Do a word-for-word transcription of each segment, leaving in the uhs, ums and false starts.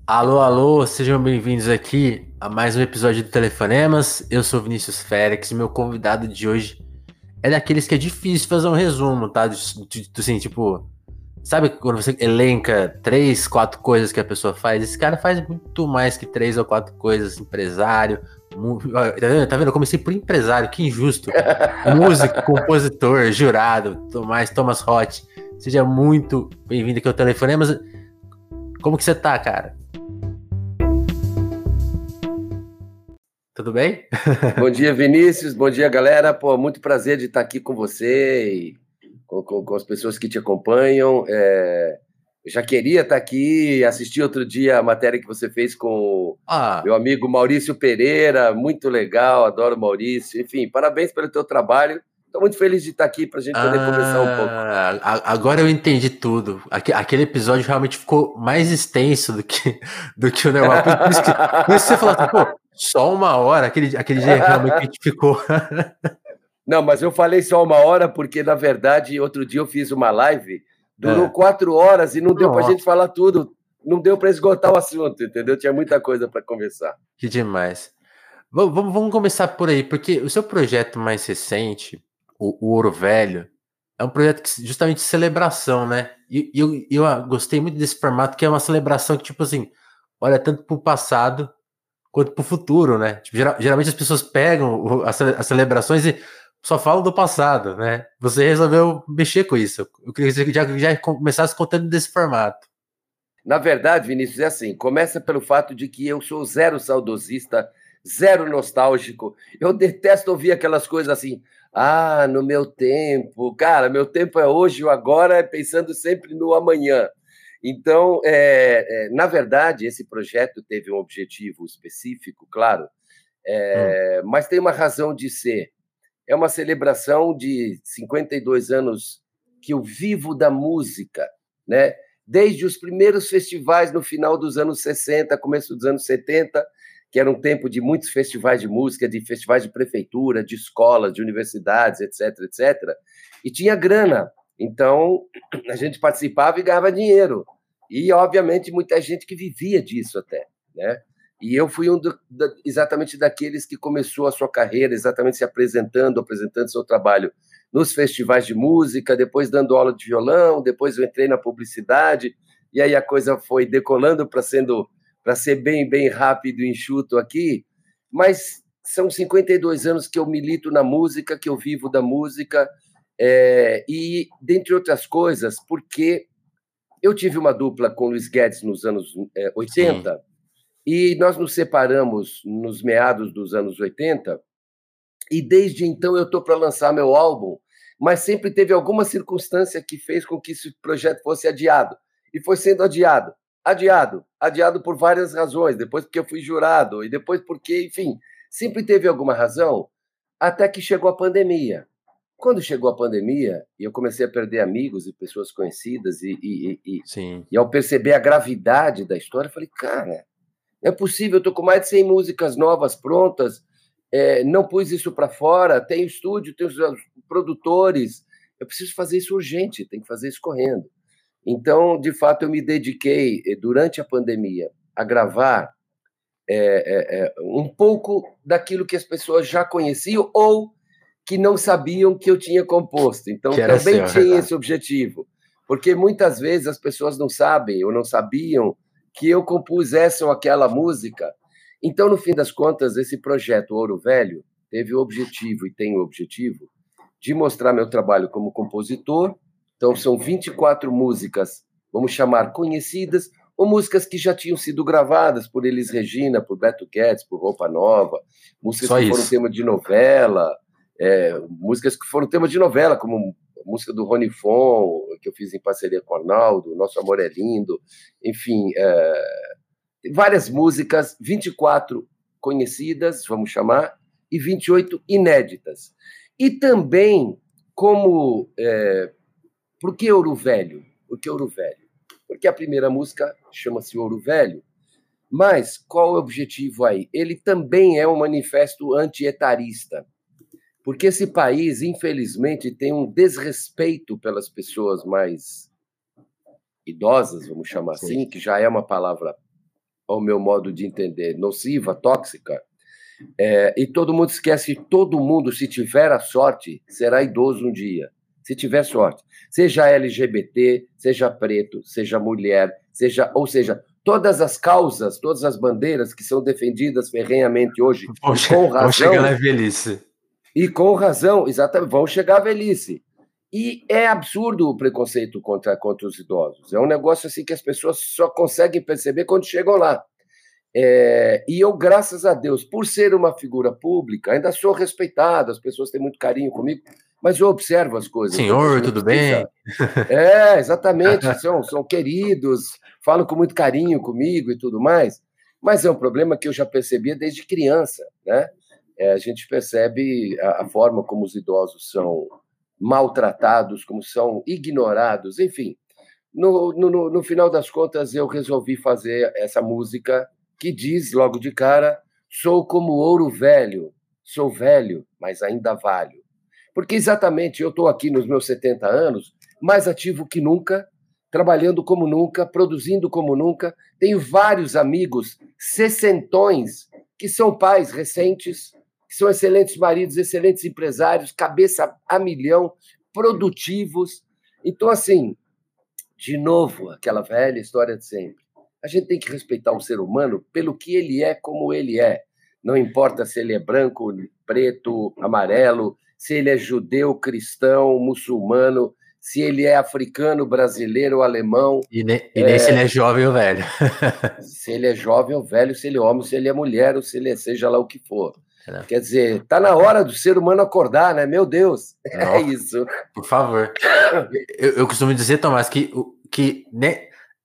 Alô, alô, sejam bem-vindos aqui a mais um episódio do Telefonemas. Eu sou Vinícius Félix e meu convidado de hoje é daqueles que é difícil fazer um resumo, tá? De- de- Assim, tipo, sabe quando você elenca três, quatro coisas que a pessoa faz? Esse cara faz muito mais que três ou quatro coisas. Empresário, mu- tá vendo? Tá vendo? Eu comecei por empresário, que injusto. Músico, compositor, jurado, Tomás, Thomas Roth. Seja muito bem-vindo aqui ao Telefonemas. Como que você tá, cara? Tudo bem? Bom dia, Vinícius. Bom dia, galera. Pô, muito prazer de estar aqui com você e com, com- com as pessoas que te acompanham. É, eu já queria estar aqui, assisti outro dia a matéria que você fez com o meu Ah, amigo Maurício Pereira, muito legal, adoro o Maurício. Enfim, parabéns pelo teu trabalho. Estou muito feliz de estar aqui para a gente poder conversar um pouco. ah, a- agora eu entendi tudo. Aque- Aquele episódio realmente ficou mais extenso do que, do que o normal. Por, por isso que, por isso que você falou assim, pô, só uma hora. Aquele, aquele dia realmente a gente ficou. Não, mas eu falei só uma hora porque, na verdade, outro dia eu fiz uma live, durou É. quatro horas e não deu para a gente Nossa, falar tudo, não deu para esgotar o assunto, entendeu? Tinha muita coisa para conversar. que demais. Vamos, vamos vamos começar por aí, porque o seu projeto mais recente, o, o Ouro Velho, é um projeto que, justamente de celebração, né? E e eu, eu ah, gostei muito desse formato, que é uma celebração que, tipo assim, olha tanto pro passado quanto pro futuro, né? Tipo, geral- geralmente as pessoas pegam o- as, cele- as celebrações e só falam do passado, né? Você resolveu mexer com isso. Eu queria que você já, já começasse contando desse formato. Na verdade, Vinícius, é assim: começa pelo fato de que eu sou zero saudosista, zero nostálgico. Eu detesto ouvir aquelas coisas assim. Ah, no meu tempo. Cara, meu tempo é hoje, o agora é pensando sempre no amanhã. Então, é, é, na verdade, esse projeto teve um objetivo específico, claro, Hum, é, mas tem uma razão de ser. É uma celebração de cinquenta e dois anos que eu vivo da música, né? Desde os primeiros festivais no final dos anos sessenta, começo dos anos setenta, que era um tempo de muitos festivais de música, de festivais de prefeitura, de escolas, de universidades, etc, etcétera. E tinha grana. Então, a gente participava e ganhava dinheiro. E, obviamente, muita gente que vivia disso até, né? E eu fui um do, da, exatamente daqueles que começou a sua carreira exatamente se apresentando, apresentando seu trabalho nos festivais de música, depois dando aula de violão, depois eu entrei na publicidade, e aí a coisa foi decolando para sendo para ser bem, bem rápido e enxuto aqui, mas são cinquenta e dois anos que eu milito na música, que eu vivo da música, é, e, dentre outras coisas, porque eu tive uma dupla com o Luiz Guedes nos anos é, sim. oitenta, e nós nos separamos nos meados dos anos oitenta, e desde então eu estou para lançar meu álbum, mas sempre teve alguma circunstância que fez com que esse projeto fosse adiado. E foi sendo adiado, adiado, adiado por várias razões. Depois porque eu fui jurado, e depois porque, enfim, sempre teve alguma razão, até que chegou a pandemia. Quando chegou a pandemia, e eu comecei a perder amigos e pessoas conhecidas, e, e, e, Sim. e ao perceber a gravidade da história, eu falei, cara, não é possível, eu estou com mais de cem músicas novas prontas, é, não pus isso para fora, tenho estúdio, tenho os produtores, eu preciso fazer isso urgente, tem que fazer isso correndo. Então, de fato, eu me dediquei, eh, durante a pandemia, a gravar é, é, é, um pouco daquilo que as pessoas já conheciam ou que não sabiam que eu tinha composto. Que Então, era também seu, é tinha verdade. esse objetivo, porque muitas vezes as pessoas não sabem ou não sabiam que eu compus essa ou aquela música. Então, no fim das contas, esse projeto Ouro Velho teve o objetivo e tem o objetivo de mostrar meu trabalho como compositor. Então, são vinte e quatro músicas, vamos chamar conhecidas, ou músicas que já tinham sido gravadas por Elis Regina, por Beto Guedes, por Roupa Nova, músicas Só que foram isso. tema de novela, é, músicas que foram tema de novela, como a música do Rony Fon, que eu fiz em parceria com o Arnaldo, Nosso Amor é Lindo, enfim, é, várias músicas, vinte e quatro conhecidas, vamos chamar, e vinte e oito inéditas. E também, como. É, por que Ouro Velho? Por que Ouro Velho? Porque a primeira música chama-se Ouro Velho, mas qual é o objetivo aí? Ele também é um manifesto antietarista, porque esse país, infelizmente, tem um desrespeito pelas pessoas mais idosas, vamos chamar Sim. assim, que já é uma palavra ao meu modo de entender, nociva, tóxica, é, e todo mundo esquece que todo mundo, se tiver a sorte, será idoso um dia. Se tiver sorte. Seja L G B T, seja preto, seja mulher, seja, ou seja, todas as causas, todas as bandeiras que são defendidas ferrenhamente hoje, Vamos, e com razão... Vamos chegar na velhice. E com razão, exatamente, vão chegar à velhice. E é absurdo o preconceito contra, contra os idosos. É um negócio assim que as pessoas só conseguem perceber quando chegam lá. É, e eu, graças a Deus, por ser uma figura pública, ainda sou respeitado, as pessoas têm muito carinho comigo, mas eu observo as coisas. Senhor, tudo precisa... bem? É, exatamente, são, são queridos, falam com muito carinho comigo e tudo mais, mas é um problema que eu já percebia desde criança, né? É, a gente percebe a, a forma como os idosos são maltratados, como são ignorados, enfim. No, no, no final das contas, eu resolvi fazer essa música que diz logo de cara: sou como ouro velho, sou velho, mas ainda valho. Porque exatamente eu estou aqui nos meus setenta anos, mais ativo que nunca, trabalhando como nunca, produzindo como nunca. Tenho vários amigos sessentões que são pais recentes, que são excelentes maridos, excelentes empresários, cabeça a milhão, produtivos. Então, assim, de novo, aquela velha história de sempre. A gente tem que respeitar o ser humano pelo que ele é, como ele é. Não importa se ele é branco, preto, amarelo, se ele é judeu, cristão, muçulmano, se ele é africano, brasileiro ou alemão. E nem, e nem é... se ele é jovem ou velho. Se ele é jovem ou velho, se ele é homem, se ele é mulher, ou se ele é seja lá o que for. É. Quer dizer, tá na hora do ser humano acordar, né? Meu Deus, não, é isso. Por favor. Eu, eu costumo dizer, Tomás, que, que né,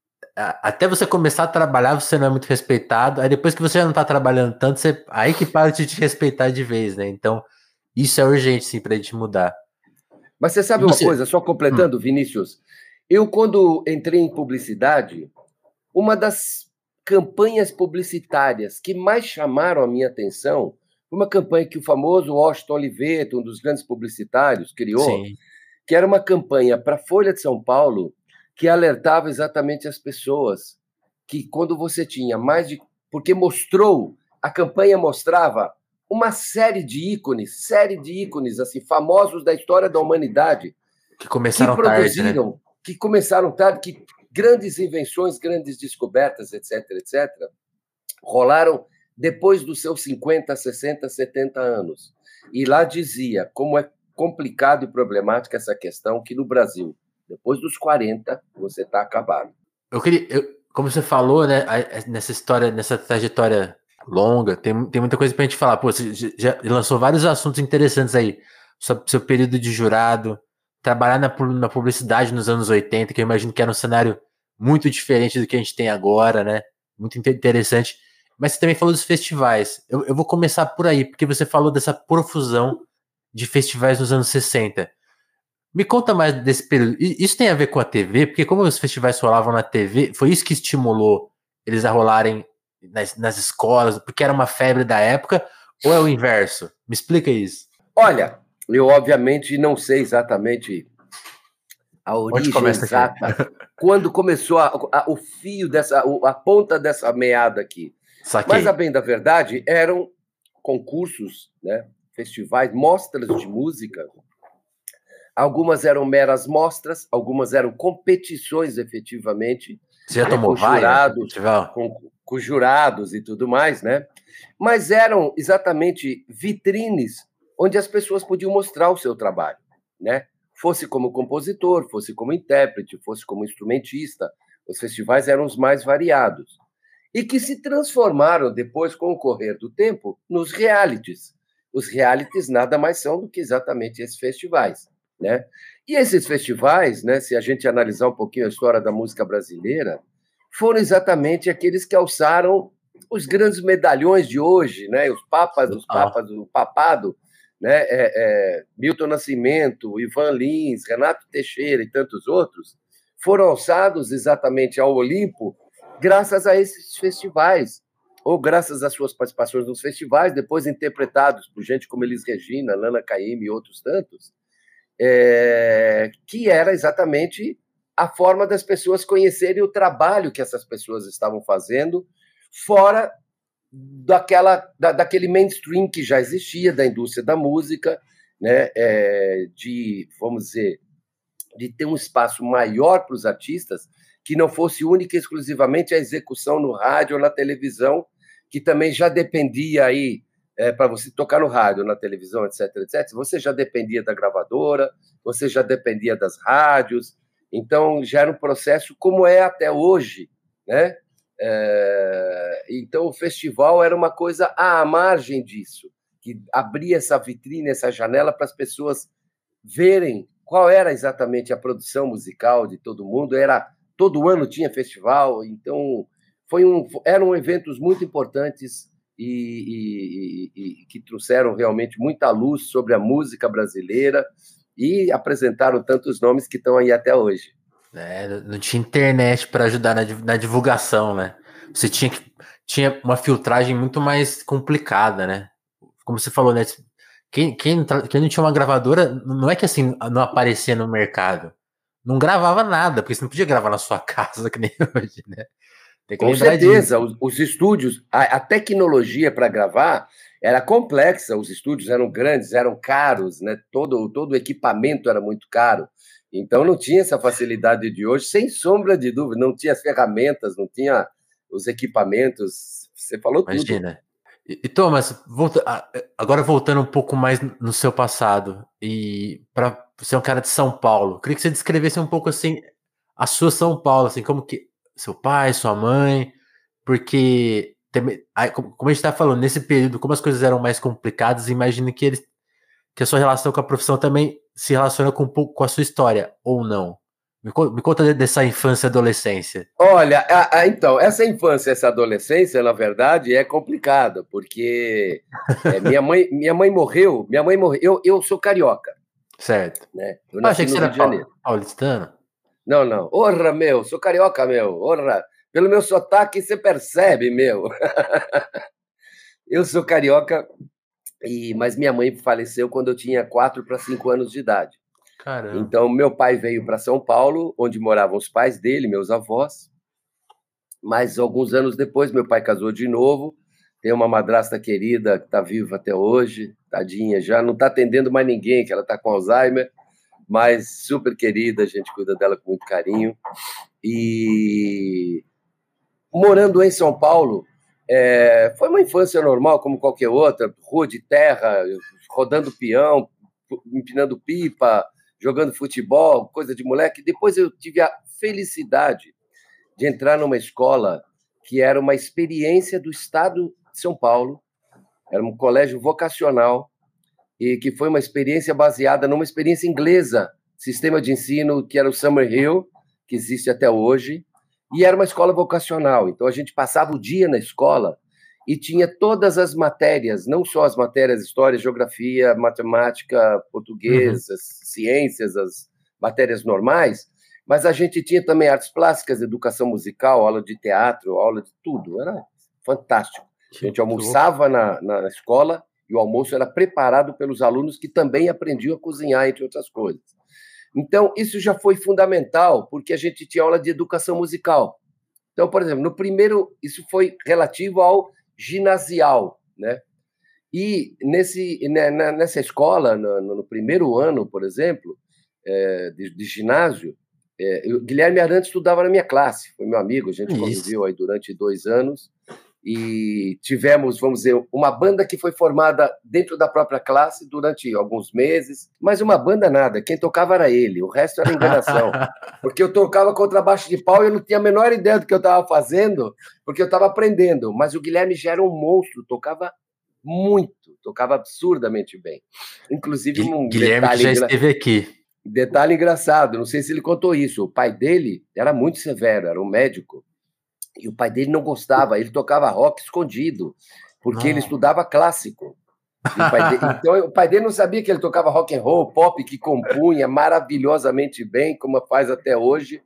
até você começar a trabalhar, você não é muito respeitado. Aí depois que você já não tá trabalhando tanto, você, aí que para de te respeitar de vez, né? Então, isso é urgente, sim, pra gente mudar. Mas você sabe você... uma coisa, só completando, hum. Vinícius? Eu, quando entrei em publicidade, uma das campanhas publicitárias que mais chamaram a minha atenção foi uma campanha que o famoso Washington Oliveto, um dos grandes publicitários, criou, Sim. que era uma campanha para a Folha de São Paulo que alertava exatamente as pessoas que quando você tinha mais de... Porque mostrou, a campanha mostrava uma série de ícones, série de ícones assim, famosos da história da humanidade que começaram que produziram, tarde, né? que começaram tarde, que grandes invenções, grandes descobertas, etc, etcétera, rolaram depois dos seus cinquenta, sessenta, setenta anos. E lá dizia como é complicado e problemática essa questão, que no Brasil, depois dos quarenta, você está acabado. Eu queria, eu, como você falou, né, nessa história, nessa trajetória longa, tem, tem muita coisa pra gente falar. Pô, você já lançou vários assuntos interessantes aí, sobre seu período de jurado, trabalhar na, na publicidade nos anos oitenta, que eu imagino que era um cenário muito diferente do que a gente tem agora, né? Muito interessante. Mas você também falou dos festivais. Eu, eu vou começar por aí, porque você falou dessa profusão de festivais nos anos sessenta. Me conta mais desse período. Isso tem a ver com a T V? Porque como os festivais rolavam na T V, foi isso que estimulou eles a rolarem nas, nas escolas? Porque era uma febre da época? Ou é o inverso? Me explica isso. Olha, eu obviamente não sei exatamente a origem exata, quando começou a, a, o fio dessa, a ponta dessa meada aqui. Saquei. Mas, a bem da verdade, eram concursos, né, festivais, mostras de música. Algumas eram meras mostras, algumas eram competições, efetivamente. Você já né, tomou com jurados, vaia, com, com jurados e tudo mais, né? Mas eram exatamente vitrines onde as pessoas podiam mostrar o seu trabalho, né? Fosse como compositor, fosse como intérprete, fosse como instrumentista. Os festivais eram os mais variados. E que se transformaram depois, com o correr do tempo, nos realities. Os realities nada mais são do que exatamente esses festivais, né? E esses festivais, né, se a gente analisar um pouquinho a história da música brasileira, foram exatamente aqueles que alçaram os grandes medalhões de hoje, né? Os papas dos papas, o papado, né? É, é, Milton Nascimento, Ivan Lins, Renato Teixeira e tantos outros, foram alçados exatamente ao Olimpo graças a esses festivais, ou graças às suas participações nos festivais, depois interpretados por gente como Elis Regina, Lana Caymmi e outros tantos, é, que era exatamente a forma das pessoas conhecerem o trabalho que essas pessoas estavam fazendo, fora daquela, da, daquele mainstream que já existia, da indústria da música, né, é, de, vamos dizer, de ter um espaço maior para os artistas, que não fosse única e exclusivamente a execução no rádio ou na televisão, que também já dependia aí, é, para você tocar no rádio, na televisão, etc, etcétera, você já dependia da gravadora, você já dependia das rádios, então já era um processo como é até hoje, né? É, então o festival era uma coisa à margem disso, que abria essa vitrine, essa janela para as pessoas verem qual era exatamente a produção musical de todo mundo. Era, todo ano tinha festival, então foi um, eram eventos muito importantes e, e, e que trouxeram realmente muita luz sobre a música brasileira e apresentaram tantos nomes que estão aí até hoje. É, não tinha internet para ajudar na, na divulgação, né? Você tinha que tinha uma filtragem muito mais complicada, né? Como você falou, né? Quem, quem, quem não tinha uma gravadora, não é que assim não aparecia no mercado, não gravava nada, porque você não podia gravar na sua casa que nem hoje, né? Tem que Com lembrar certeza, disso. os, os estúdios, a, a tecnologia para gravar era complexa, os estúdios eram grandes, eram caros, né? Todo, todo o equipamento era muito caro. Então não tinha essa facilidade de hoje, sem sombra de dúvida, não tinha as ferramentas, não tinha os equipamentos, você falou tudo. Imagina. E, e Thomas, volta, agora voltando um pouco mais no seu passado, e para você é um cara de São Paulo, queria que você descrevesse um pouco assim a sua São Paulo, assim, como que seu pai, sua mãe, porque também, aí, como como a gente está falando, nesse período, como as coisas eram mais complicadas, imagino que eles, que a sua relação com a profissão também se relaciona com um pouco com a sua história, ou não? Me, co- me conta dessa infância e adolescência. Olha, a- a- então, essa infância, essa adolescência, na verdade, é complicada, porque é, minha mãe, minha mãe morreu, minha mãe morreu, eu, eu sou carioca, Certo. né? Eu Ah, achei nasci que no você Rio era de Janeiro. pau- paulistano. Não, não. Orra, meu, sou carioca, meu. Orra. Pelo meu sotaque você percebe, meu. Eu sou carioca, e mas minha mãe faleceu quando eu tinha quatro para cinco anos de idade. Caramba. Então, meu pai veio para São Paulo, onde moravam os pais dele, meus avós. Mas alguns anos depois, meu pai casou de novo. Tem uma madrasta querida que está viva até hoje, tadinha, já não está atendendo mais ninguém, que ela está com Alzheimer, mas super querida, a gente cuida dela com muito carinho. E morando em São Paulo, é, foi uma infância normal, como qualquer outra, rua de terra, rodando peão, empinando pipa, jogando futebol, coisa de moleque. Depois eu tive a felicidade de entrar numa escola que era uma experiência do Estado de São Paulo, era um colégio vocacional, e que foi uma experiência baseada numa experiência inglesa, sistema de ensino que era o Summerhill, que existe até hoje, e era uma escola vocacional. Então a gente passava o dia na escola e tinha todas as matérias, não só as matérias história, geografia, matemática, Uhum. português, as ciências, as matérias normais, mas a gente tinha também artes plásticas, educação musical, aula de teatro, aula de tudo. Era fantástico. A Que, gente que louco. almoçava na, na escola e o almoço era preparado pelos alunos que também aprendiam a cozinhar, entre outras coisas. Então, isso já foi fundamental, porque a gente tinha aula de educação musical. Então, por exemplo, no primeiro, isso foi relativo ao ginasial, né? E nesse, né, nessa escola, no, no primeiro ano, por exemplo, é, de, de ginásio, é, eu, Guilherme Arantes estudava na minha classe, foi meu amigo, a gente Isso. conviveu aí durante dois anos, e tivemos, vamos dizer, uma banda que foi formada dentro da própria classe durante alguns meses, mas uma banda nada, quem tocava era ele, o resto era enganação, porque eu tocava contrabaixo de pau e eu não tinha a menor ideia do que eu estava fazendo, porque eu estava aprendendo, mas o Guilherme já era um monstro, tocava muito, tocava absurdamente bem. Inclusive, Gui- um Guilherme que detalhe, já engra... esteve aqui. detalhe engraçado, não sei se ele contou isso, o pai dele era muito severo, era um médico, e o pai dele não gostava, ele tocava rock escondido, porque ele Não. estudava clássico. E o pai dele, então, o pai dele não sabia que ele tocava rock and roll, pop, que compunha maravilhosamente bem, como faz até hoje.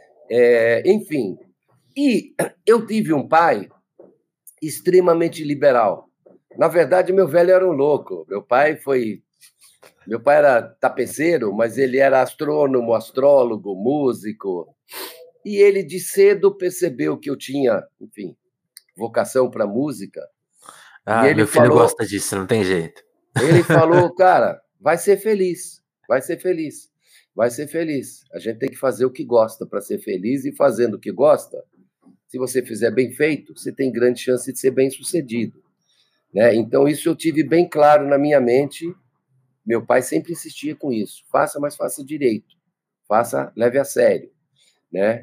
É, enfim, e eu tive um pai extremamente liberal. Na verdade, meu velho era um louco. Meu pai foi, meu pai era tapeceiro, mas ele era astrônomo, astrólogo, músico. E ele de cedo percebeu que eu tinha, enfim, vocação para música. Ah, e ele meu filho falou, gosta disso, não tem jeito. Ele falou, cara, vai ser feliz, vai ser feliz, vai ser feliz. A gente tem que fazer o que gosta para ser feliz, e fazendo o que gosta, se você fizer bem feito, você tem grande chance de ser bem sucedido, né? Então, isso eu tive bem claro na minha mente. Meu pai sempre insistia com isso. Faça, mas faça direito. Faça, leve a sério, né?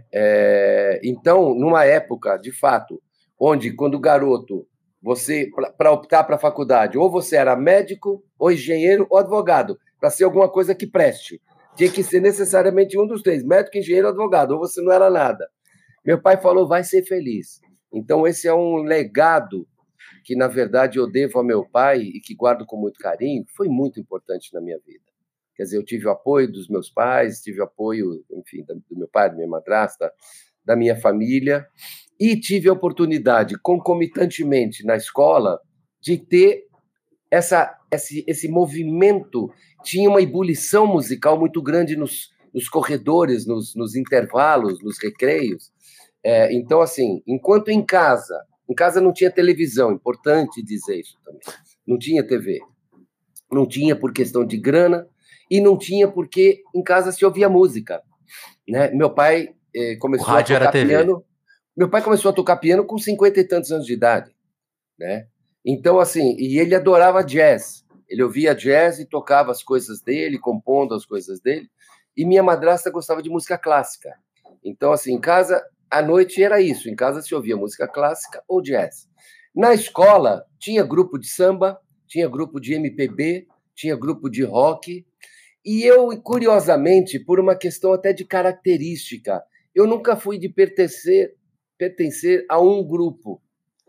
É, então, numa época, de fato, onde, quando garoto, você, para optar para a faculdade, ou você era médico, ou engenheiro, ou advogado, para ser alguma coisa que preste. Tinha que ser necessariamente um dos três, médico, engenheiro, advogado, ou você não era nada. Meu pai falou, vai ser feliz. Então, esse é um legado que, na verdade, eu devo ao meu pai e que guardo com muito carinho. Foi muito importante na minha vida. Quer dizer, eu tive o apoio dos meus pais, tive o apoio, enfim, do meu pai, da minha madrasta, da minha família, e tive a oportunidade, concomitantemente na escola, de ter essa, esse, esse movimento. Tinha uma ebulição musical muito grande nos, nos corredores, nos, nos intervalos, nos recreios. É, então, assim, enquanto em casa, em casa não tinha televisão, importante dizer isso também, não tinha T V, não tinha por questão de grana, e não tinha porque em casa se ouvia música, né? Meu pai eh, começou a tocar piano, meu pai começou a tocar piano com cinquenta e tantos anos de idade, né? Então, assim, e ele adorava jazz, ele ouvia jazz e tocava as coisas dele, compondo as coisas dele, e minha madrasta gostava de música clássica. Então, assim, em casa, à noite era isso, em casa se ouvia música clássica ou jazz. Na escola, tinha grupo de samba, tinha grupo de M P B, tinha grupo de rock, e eu, curiosamente, por uma questão até de característica, eu nunca fui de pertencer, pertencer a um grupo.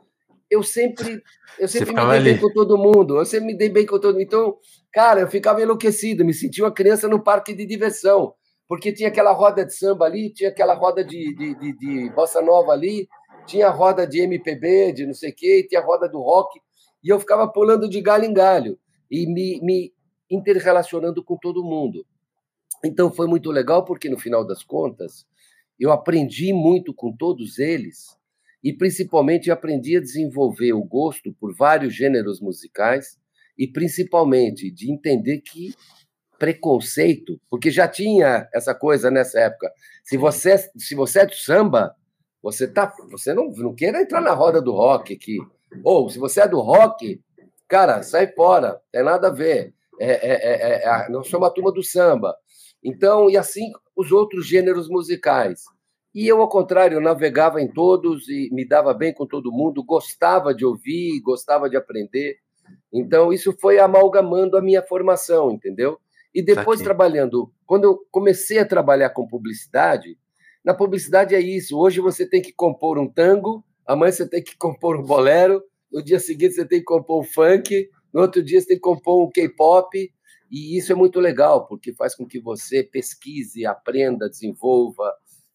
Eu sempre, eu sempre me dei ali. bem com todo mundo, eu sempre me dei bem com todo mundo. Então, cara, eu ficava enlouquecido, me sentia uma criança no parque de diversão, porque tinha aquela roda de samba ali, tinha aquela roda de, de, de, de bossa nova ali, tinha a roda de M P B, de não sei o quê, tinha a roda do rock, e eu ficava pulando de galho em galho, e me, me interrelacionando com todo mundo. Então, foi muito legal, porque, no final das contas, eu aprendi muito com todos eles, e, principalmente, aprendi a desenvolver o gosto por vários gêneros musicais, e, principalmente, de entender que preconceito, porque já tinha essa coisa nessa época. Se você, se você é do samba, você, tá, você não, não queira entrar na roda do rock aqui. Ou, se você é do rock, cara, sai fora, tem nada a ver. É, é, é, é, nós somos a turma do samba. Então, e assim, os outros gêneros musicais. E eu, ao contrário, eu navegava em todos e me dava bem com todo mundo, gostava de ouvir, gostava de aprender. Então, isso foi amalgamando a minha formação, entendeu? E depois, trabalhando, quando eu comecei a trabalhar com publicidade, na publicidade é isso, hoje você tem que compor um tango, amanhã você tem que compor um bolero, no dia seguinte você tem que compor um funk, no outro dia você tem que compor um K-pop, e isso é muito legal, porque faz com que você pesquise, aprenda, desenvolva,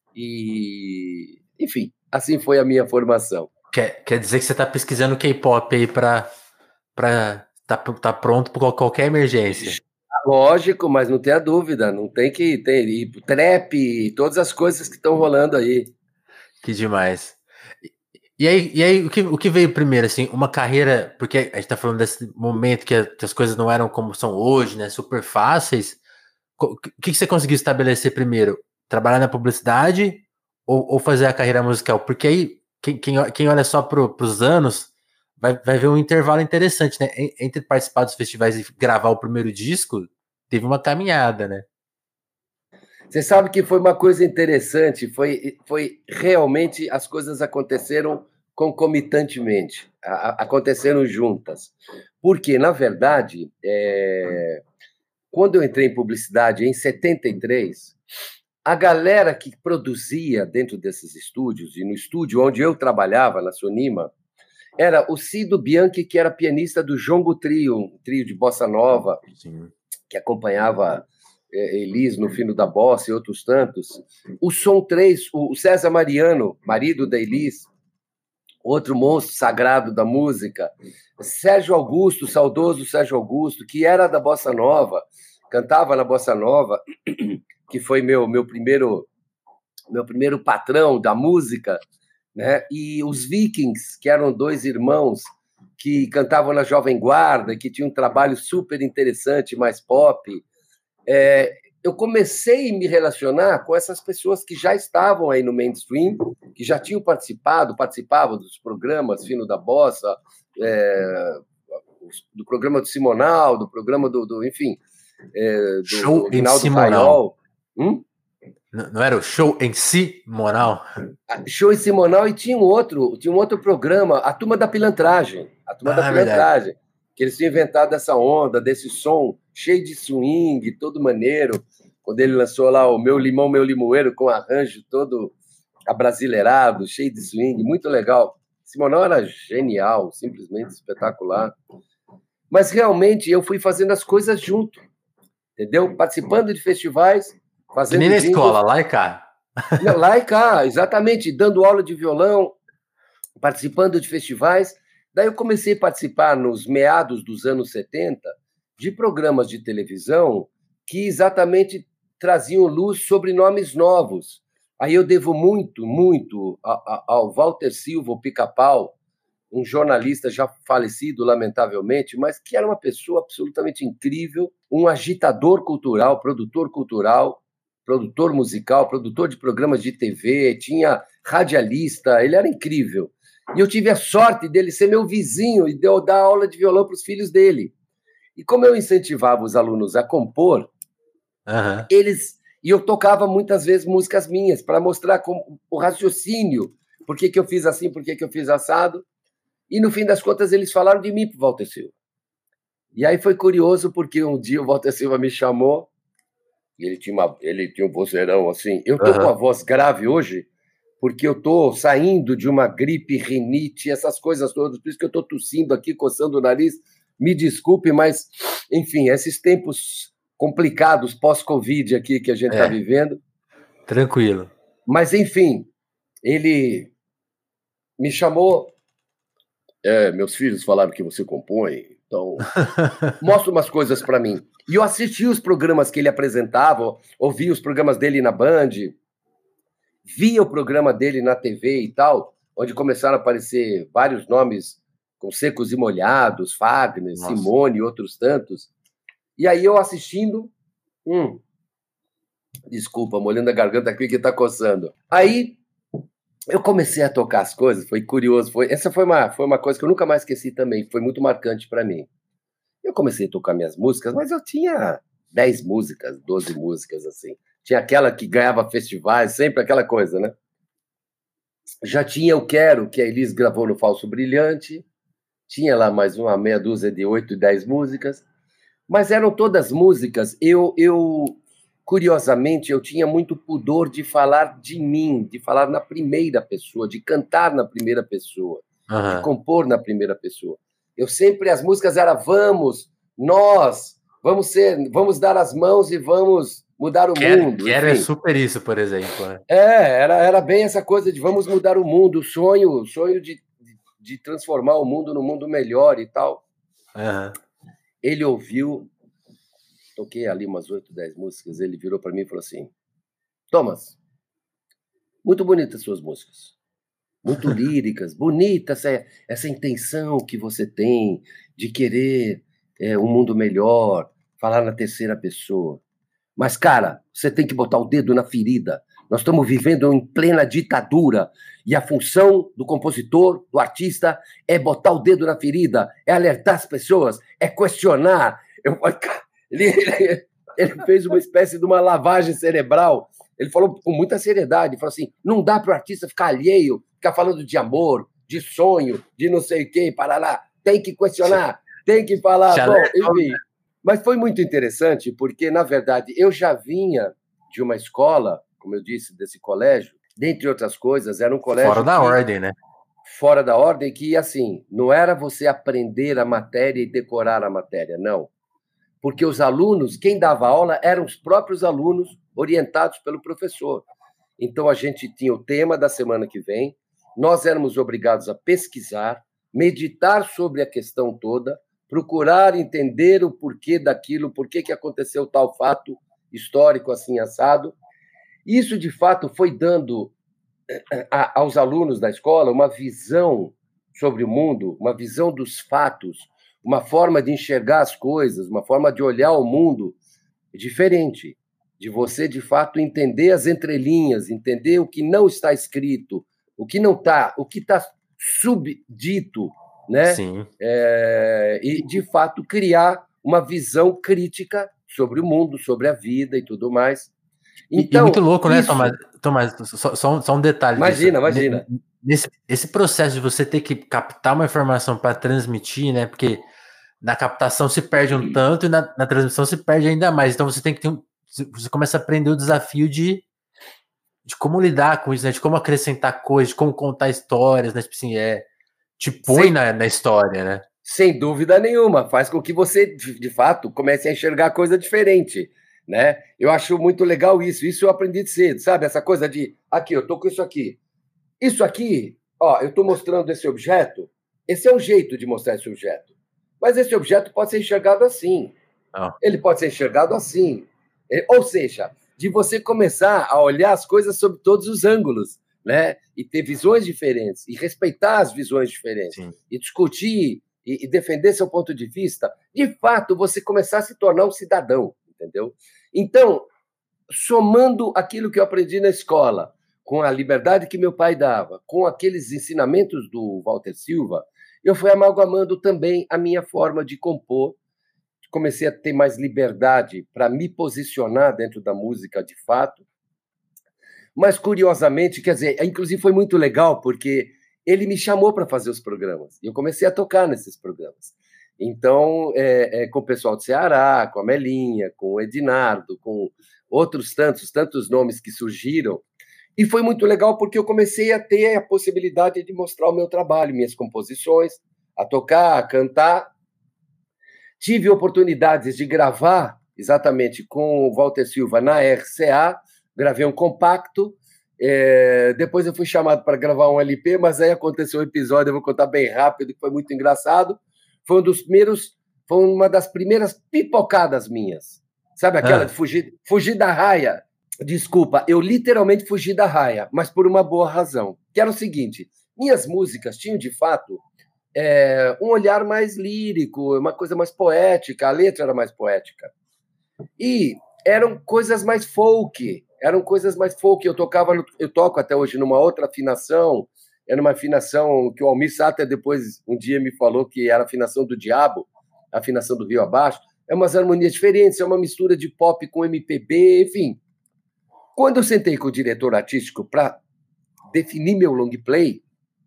e, enfim, assim foi a minha formação. Quer, quer dizer que você está pesquisando K-pop aí para estar tá, tá pronto para qualquer emergência? Lógico, mas não tenha dúvida, não tem que ter e trap, todas as coisas que estão rolando aí. Que demais. E aí, e aí o, que, o que veio primeiro, assim, uma carreira, porque a gente tá falando desse momento que, a, que as coisas não eram como são hoje, né, super fáceis. O que, que você conseguiu estabelecer primeiro? Trabalhar na publicidade ou, ou fazer a carreira musical? Porque aí, quem, quem, quem olha só pro, pros anos, vai, vai ver um intervalo interessante, né? Entre participar dos festivais e gravar o primeiro disco, teve uma caminhada, né? Você sabe que foi uma coisa interessante, foi, foi realmente as coisas aconteceram concomitantemente, a, aconteceram juntas. Porque, na verdade, é, quando eu entrei em publicidade, em setenta e três, a galera que produzia dentro desses estúdios, e no estúdio onde eu trabalhava, na Sonima, era o Cido Bianchi, que era pianista do Jongo Trio, um trio de bossa nova, Sim. que acompanhava Elis no Fino da Bossa e outros tantos. O Som três, o César Mariano, marido da Elis, outro monstro sagrado da música. Sérgio Augusto, saudoso Sérgio Augusto, que era da Bossa Nova, cantava na Bossa Nova, que foi meu, meu, primeiro, meu primeiro patrão da música. né? E os Vikings, que eram dois irmãos que cantavam na Jovem Guarda, que tinham um trabalho super interessante, mais pop. É, eu comecei a me relacionar com essas pessoas que já estavam aí no mainstream, que já tinham participado, participavam dos programas Fino da Bossa, é, do programa do Simonal, do programa do, do enfim, é, do, Show do em Rinaldo Simonal. Hum? Não era o Show em Simonal? Show em Simonal, e tinha um outro, tinha um outro programa, a Turma da Pilantragem. A Turma ah, da Pilantragem. Verdade. Que eles tinham inventado essa onda, desse som cheio de swing, todo maneiro. Quando ele lançou lá o Meu Limão, Meu Limoeiro, com arranjo todo abrasileirado, cheio de swing, muito legal. Simonal era genial, simplesmente espetacular. Mas realmente eu fui fazendo as coisas junto, entendeu? Participando de festivais, fazendo. Que nem na escola, lá e cá. Não, lá e cá, exatamente, dando aula de violão, participando de festivais. Daí eu comecei a participar, nos meados dos anos setenta, de programas de televisão que exatamente traziam luz sobre nomes novos. Aí eu devo muito, muito ao Walter Silva, o Pica-Pau, um jornalista já falecido, lamentavelmente, mas que era uma pessoa absolutamente incrível, um agitador cultural, produtor cultural, produtor musical, produtor de programas de T V, tinha radialista, ele era incrível. E eu tive a sorte dele ser meu vizinho e de eu dar aula de violão para os filhos dele. E como eu incentivava os alunos a compor, uhum. eles... E eu tocava muitas vezes músicas minhas para mostrar como, o raciocínio, por que, que eu fiz assim, por que, que eu fiz assado. E, no fim das contas, eles falaram de mim para o Walter Silva. E aí foi curioso, porque um dia o Walter Silva me chamou, e ele tinha, uma, ele tinha um vozeirão assim. Eu estou uhum. com a voz grave hoje, porque eu estou saindo de uma gripe, rinite, essas coisas todas, por isso que eu estou tossindo aqui, coçando o nariz. Me desculpe, mas, enfim, esses tempos complicados pós-Covid aqui que a gente está é. vivendo. Tranquilo. Mas, enfim, ele me chamou. É, meus filhos falaram que você compõe, então mostra umas coisas para mim. E eu assisti os programas que ele apresentava, ouvi os programas dele na Band, via o programa dele na T V e tal, onde começaram a aparecer vários nomes com Secos e Molhados, Fagner, Nossa. Simone e outros tantos. E aí eu assistindo, hum, desculpa, molhando a garganta aqui que tá coçando. Aí eu comecei a tocar as coisas, foi curioso. Foi, essa foi uma, foi uma coisa que eu nunca mais esqueci também, foi muito marcante para mim. Eu comecei a tocar minhas músicas, mas eu tinha dez músicas, doze músicas, assim. Tinha aquela que ganhava festivais, sempre aquela coisa, né? Já tinha Eu Quero, que a Elis gravou no Falso Brilhante, tinha lá mais uma meia dúzia de oito, dez músicas, mas eram todas músicas. Eu... eu Curiosamente, eu tinha muito pudor de falar de mim, de falar na primeira pessoa, de cantar na primeira pessoa, uhum. de compor na primeira pessoa. Eu sempre, as músicas eram vamos, nós, vamos ser, vamos dar as mãos e vamos mudar o Quero, mundo. Quero é super isso, por exemplo. Né? É, era, era bem essa coisa de vamos mudar o mundo, o sonho, o sonho de, de, de transformar o mundo num mundo melhor e tal. Uhum. Ele ouviu... Toquei ali umas oito, dez músicas, ele virou para mim e falou assim, Thomas, muito bonitas suas músicas, muito líricas, bonita essa, essa intenção que você tem de querer é, um mundo melhor, falar na terceira pessoa. Mas, cara, você tem que botar o dedo na ferida. Nós estamos vivendo em plena ditadura e a função do compositor, do artista, é botar o dedo na ferida, é alertar as pessoas, é questionar. Eu falei, cara, Ele, ele, ele fez uma espécie de uma lavagem cerebral. Ele falou com muita seriedade, falou assim, não dá para o artista ficar alheio, ficar falando de amor, de sonho, de não sei o quê, para lá. Tem que questionar, tem que falar. Bom, enfim. Mas foi muito interessante, porque, na verdade, eu já vinha de uma escola, como eu disse, desse colégio, dentre outras coisas, era um colégio... Fora da que, ordem, né? Fora da ordem, que, assim, não era você aprender a matéria e decorar a matéria, não. Porque os alunos, quem dava aula eram os próprios alunos orientados pelo professor. Então, a gente tinha o tema da semana que vem, nós éramos obrigados a pesquisar, meditar sobre a questão toda, procurar entender o porquê daquilo, por que aconteceu tal fato histórico assim assado. Isso, de fato, foi dando a, aos alunos da escola uma visão sobre o mundo, uma visão dos fatos, uma forma de enxergar as coisas, uma forma de olhar o mundo diferente, de você, de fato, entender as entrelinhas, entender o que não está escrito, o que não está, o que está subdito, né? Sim. É, e, de fato, criar uma visão crítica sobre o mundo, sobre a vida e tudo mais. Então, e muito louco, né, isso... Tomás? Tomás, só, só, só um detalhe Imagina, disso. imagina. Nesse, esse processo de você ter que captar uma informação para transmitir, né? Porque na captação se perde um tanto e na, na transmissão se perde ainda mais. Então você tem que ter um, você começa a aprender o desafio de, de como lidar com isso, né? De como acrescentar coisas, de como contar histórias, né? Tipo assim, é, te põe sem, na, na história, né? Sem dúvida nenhuma. Faz com que você, de, de fato, comece a enxergar coisa diferente, né? Eu acho muito legal isso. Isso eu aprendi de cedo, sabe? Essa coisa de, aqui, eu tô com isso aqui. Isso aqui, ó, eu estou mostrando esse objeto. Esse é um jeito de mostrar esse objeto. Mas esse objeto pode ser enxergado assim. Oh. Ele pode ser enxergado assim. Ou seja, de você começar a olhar as coisas sob todos os ângulos, né? E ter visões diferentes, e respeitar as visões diferentes, Sim. e discutir, e, e defender seu ponto de vista. De fato, você começar a se tornar um cidadão, entendeu? Então, somando aquilo que eu aprendi na escola, com a liberdade que meu pai dava, com aqueles ensinamentos do Walter Silva, eu fui amalgamando também a minha forma de compor. Comecei a ter mais liberdade para me posicionar dentro da música de fato. Mas, curiosamente, quer dizer, inclusive foi muito legal, porque ele me chamou para fazer os programas. E eu comecei a tocar nesses programas. Então, é, é, com o pessoal do Ceará, com a Melinha, com o Edinardo, com outros tantos, tantos nomes que surgiram. E foi muito legal porque eu comecei a ter a possibilidade de mostrar o meu trabalho, minhas composições, a tocar, a cantar. Tive oportunidades de gravar exatamente com o Walter Silva na R C A, gravei um compacto, é... depois eu fui chamado para gravar um L P, mas aí aconteceu um episódio, eu vou contar bem rápido, que foi muito engraçado. Foi um dos primeiros, foi uma das primeiras pipocadas minhas. Sabe aquela ah. de fugir, fugir da raia? Desculpa, eu literalmente fugi da raia, mas por uma boa razão. Que era o seguinte, minhas músicas tinham, de fato, é, um olhar mais lírico, uma coisa mais poética, a letra era mais poética. E eram coisas mais folk, eram coisas mais folk. Eu tocava, no, eu toco até hoje numa outra afinação, era uma afinação que o Almir Sater depois, um dia, me falou que era a afinação do diabo, a afinação do Rio Abaixo. É umas harmonias diferentes, é uma mistura de pop com M P B, enfim. Quando eu sentei com o diretor artístico para definir meu long play,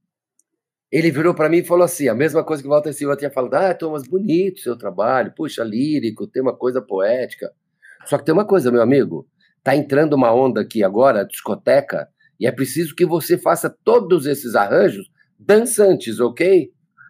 ele virou para mim e falou assim, a mesma coisa que o Walter Silva tinha falado, ah, Thomas, bonito o seu trabalho, puxa, lírico, tem uma coisa poética. Só que tem uma coisa, meu amigo, tá entrando uma onda aqui agora, discoteca, e é preciso que você faça todos esses arranjos dançantes, ok?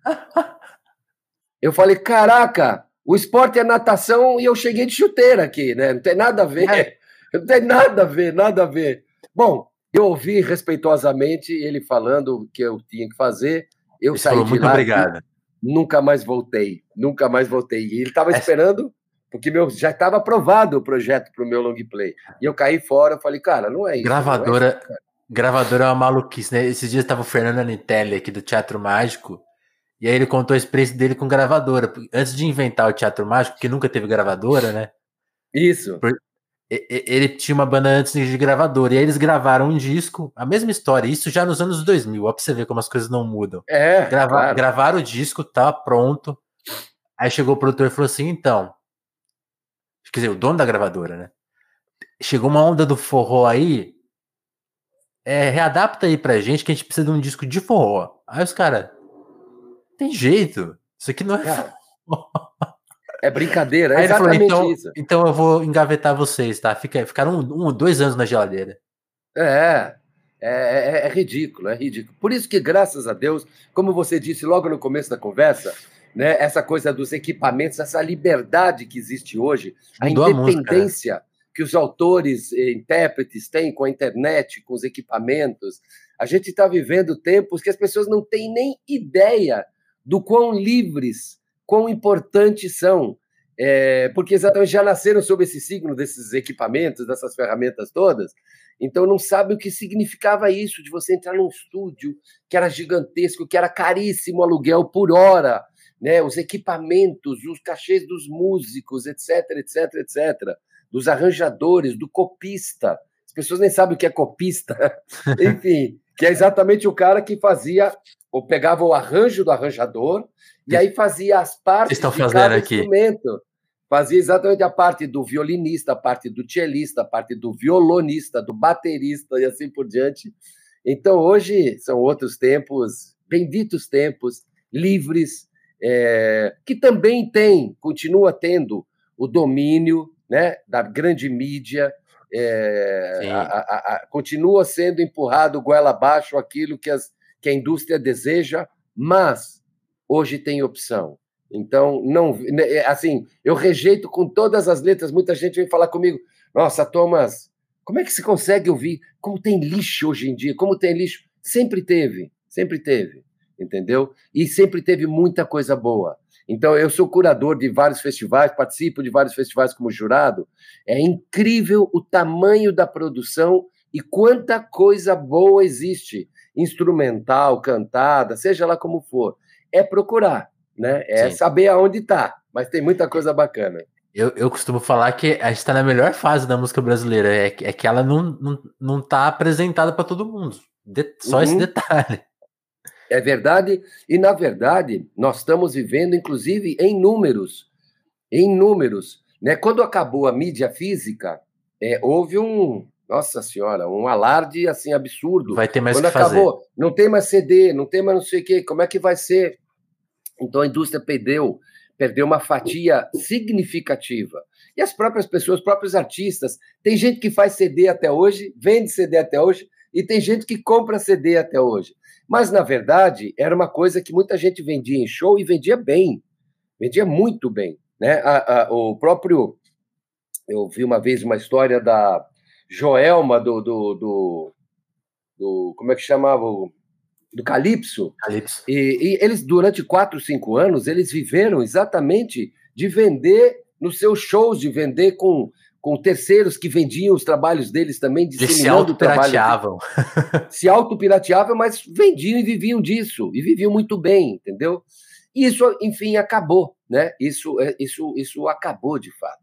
Eu falei, caraca, o esporte é natação e eu cheguei de chuteira aqui, né? Não tem nada a ver. É. Não tem nada a ver, nada a ver. Bom, eu ouvi respeitosamente ele falando o que eu tinha que fazer. Eu ele saí falou, de muito lá. Obrigado. Nunca mais voltei. Nunca mais voltei. E ele estava esperando, porque meu, já estava aprovado o projeto para o meu long play. E eu caí fora, falei, cara, não é isso. Gravadora, não é isso, gravadora é uma maluquice, né? Esses dias estava o Fernando Anitelli aqui do Teatro Mágico. E aí ele contou a experiência dele com gravadora. Antes de inventar o Teatro Mágico, que nunca teve gravadora, né? Isso. Ele tinha uma banda antes de gravadora. E aí eles gravaram um disco, a mesma história. Isso já nos anos dois mil. Ó, pra você ver como as coisas não mudam. É, Grava, claro. Gravaram o disco, tá pronto. Aí chegou o produtor e falou assim, então... Quer dizer, o dono da gravadora, né? Chegou uma onda do forró aí... É, readapta aí pra gente que a gente precisa de um disco de forró. Aí os caras... Tem jeito. Isso aqui não é Cara, é brincadeira, é Aí exatamente ele falou, então, isso. Então eu vou engavetar vocês, tá? Fica, ficaram um, um, dois anos na geladeira. É, é, é, é ridículo, é ridículo. Por isso que, graças a Deus, como você disse logo no começo da conversa, né, essa coisa dos equipamentos, essa liberdade que existe hoje, Mudou a independência a música, né? Que os autores e intérpretes têm com a internet, com os equipamentos. A gente está vivendo tempos que as pessoas não têm nem ideia do quão livres, quão importantes são. é, porque exatamente já nasceram sob esse signo desses equipamentos, dessas ferramentas todas, então não sabe o que significava isso, de você entrar num estúdio que era gigantesco, que era caríssimo aluguel por hora, né? Os equipamentos, os cachês dos músicos, etc, etc, etcétera, dos arranjadores, do copista. As pessoas nem sabem o que é copista. Enfim, que é exatamente o cara que fazia, ou pegava o arranjo do arranjador, e aí fazia as partes estão de fazendo cada aqui? instrumento. Fazia exatamente a parte do violinista, a parte do cellista, a parte do violonista, do baterista e assim por diante. Então, hoje são outros tempos, benditos tempos, livres, é, que também tem, continua tendo o domínio, né, da grande mídia, é, a, a, a, continua sendo empurrado goela abaixo aquilo que, as, que a indústria deseja, mas hoje tem opção. Então, não, assim, eu rejeito com todas as letras. Muita gente vem falar comigo, nossa, Thomas, como é que se consegue ouvir? Como tem lixo hoje em dia? Como tem lixo? Sempre teve, sempre teve, entendeu? E sempre teve muita coisa boa. Então, eu sou curador de vários festivais, participo de vários festivais como jurado. É incrível o tamanho da produção e quanta coisa boa existe, instrumental, cantada, seja lá como for. É procurar. Né? É Sim. saber aonde está, mas tem muita coisa bacana. Eu, eu costumo falar que a gente está na melhor fase da música brasileira, é, é que ela não, não, não tá apresentada para todo mundo. De, só uhum. esse detalhe. É verdade, e na verdade, nós estamos vivendo, inclusive, em números. Em números. Né? Quando acabou a mídia física, é, houve um. Nossa Senhora, um alarde assim absurdo. Vai ter mais Quando que fazer. acabou, não tem mais C D, não tem mais não sei o quê, como é que vai ser? Então a indústria perdeu, perdeu uma fatia significativa. E as próprias pessoas, os próprios artistas, tem gente que faz C D até hoje, vende C D até hoje, e tem gente que compra C D até hoje. Mas, na verdade, era uma coisa que muita gente vendia em show e vendia bem, vendia muito bem. Né? A, a, o próprio... Eu vi uma vez uma história da Joelma, do... do, do, do como é que chamava? Do Calypso. Calypso. E, e eles, durante quatro, cinco anos, eles viveram exatamente de vender nos seus shows, de vender com, com terceiros que vendiam os trabalhos deles também, disseminando o trabalho. Se autopirateavam. Se autopirateavam, mas vendiam e viviam disso, e viviam muito bem, entendeu? E isso, enfim, acabou, né? Isso, isso, isso acabou de fato.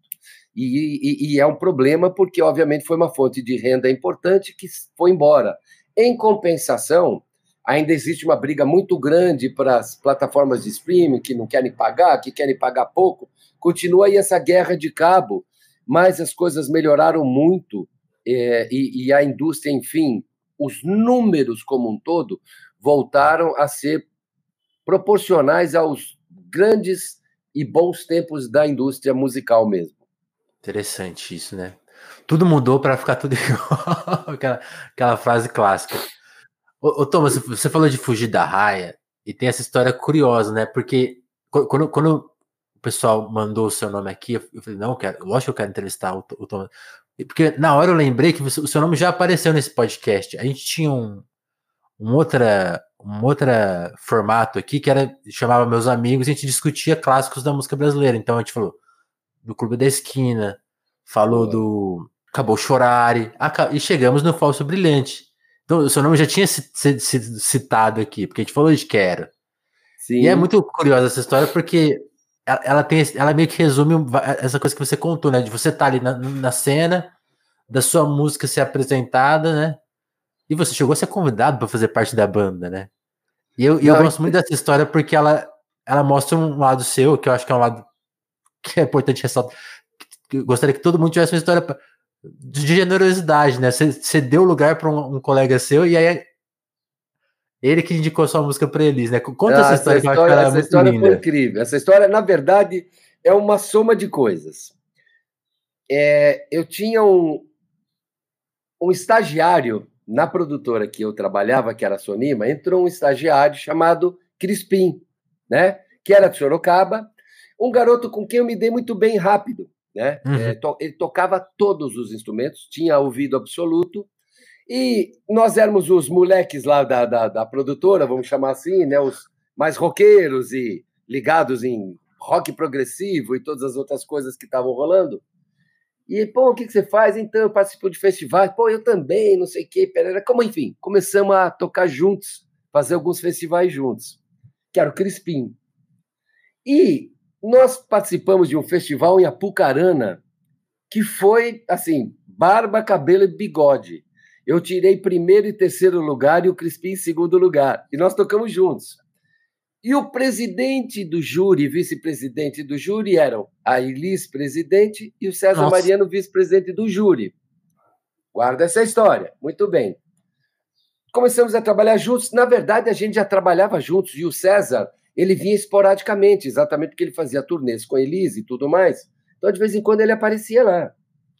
E, e, e é um problema porque, obviamente, foi uma fonte de renda importante que foi embora. Em compensação, ainda existe uma briga muito grande para as plataformas de streaming que não querem pagar, que querem pagar pouco. Continua aí essa guerra de cabo, mas as coisas melhoraram muito é, e, e a indústria, enfim, os números como um todo voltaram a ser proporcionais aos grandes e bons tempos da indústria musical mesmo. Interessante isso, né? Tudo mudou para ficar tudo igual, aquela, aquela frase clássica. Ô, ô, Thomas, você falou de fugir da raia e tem essa história curiosa, né? Porque quando, quando o pessoal mandou o seu nome aqui, eu falei, não, eu quero, lógico que eu quero entrevistar o, o Thomas. Porque na hora eu lembrei que o seu nome já apareceu nesse podcast. A gente tinha um, um outra um outro formato aqui que era, chamava meus amigos e a gente discutia clássicos da música brasileira. Então a gente falou do Clube da Esquina, falou do Acabou Chorare, e chegamos no Falso Brilhante. Então, o seu nome já tinha sido citado aqui, porque a gente falou de Quero. Sim. E é muito curiosa essa história, porque ela, ela, tem, ela meio que resume essa coisa que você contou, né? De você estar ali na, na cena, da sua música ser apresentada, né? E você chegou a ser convidado para fazer parte da banda, né? E eu, Não, eu gosto muito dessa história porque ela, ela mostra um lado seu, que eu acho que é um lado que é importante ressaltar. Eu gostaria que todo mundo tivesse uma história de generosidade, né? Você, você deu lugar para um, um colega seu e aí ele que indicou a sua música para eles, né? Conta ah, essa história, essa que história, eu acho que essa história foi incrível. Essa história, na verdade, é uma soma de coisas. É, eu tinha um, um estagiário na produtora que eu trabalhava, que era a Sonima, entrou um estagiário chamado Crispim, né? Que era de Sorocaba, um garoto com quem eu me dei muito bem rápido, né? Uhum. É, to, ele tocava todos os instrumentos, tinha ouvido absoluto, e nós éramos os moleques lá da, da, da produtora, vamos chamar assim, né? Os mais roqueiros e ligados em rock progressivo e todas as outras coisas que estavam rolando. E, pô, o que, que você faz? Então, eu participo de festivais. Pô, eu também, não sei o quê. Perera. Como, enfim, começamos a tocar juntos, fazer alguns festivais juntos, que era o Crispim. E nós participamos de um festival em Apucarana, que foi, assim, barba, cabelo e bigode. Eu tirei primeiro e terceiro lugar e o Crispim em segundo lugar. E nós tocamos juntos. E o presidente do júri e vice-presidente do júri eram a Elis, presidente, e o César Nossa. Mariano, vice-presidente do júri. Guarda essa história. Muito bem. Começamos a trabalhar juntos. Na verdade, a gente já trabalhava juntos. E o César, ele vinha esporadicamente, exatamente porque ele fazia turnês com a Elis e tudo mais. Então, de vez em quando, ele aparecia lá.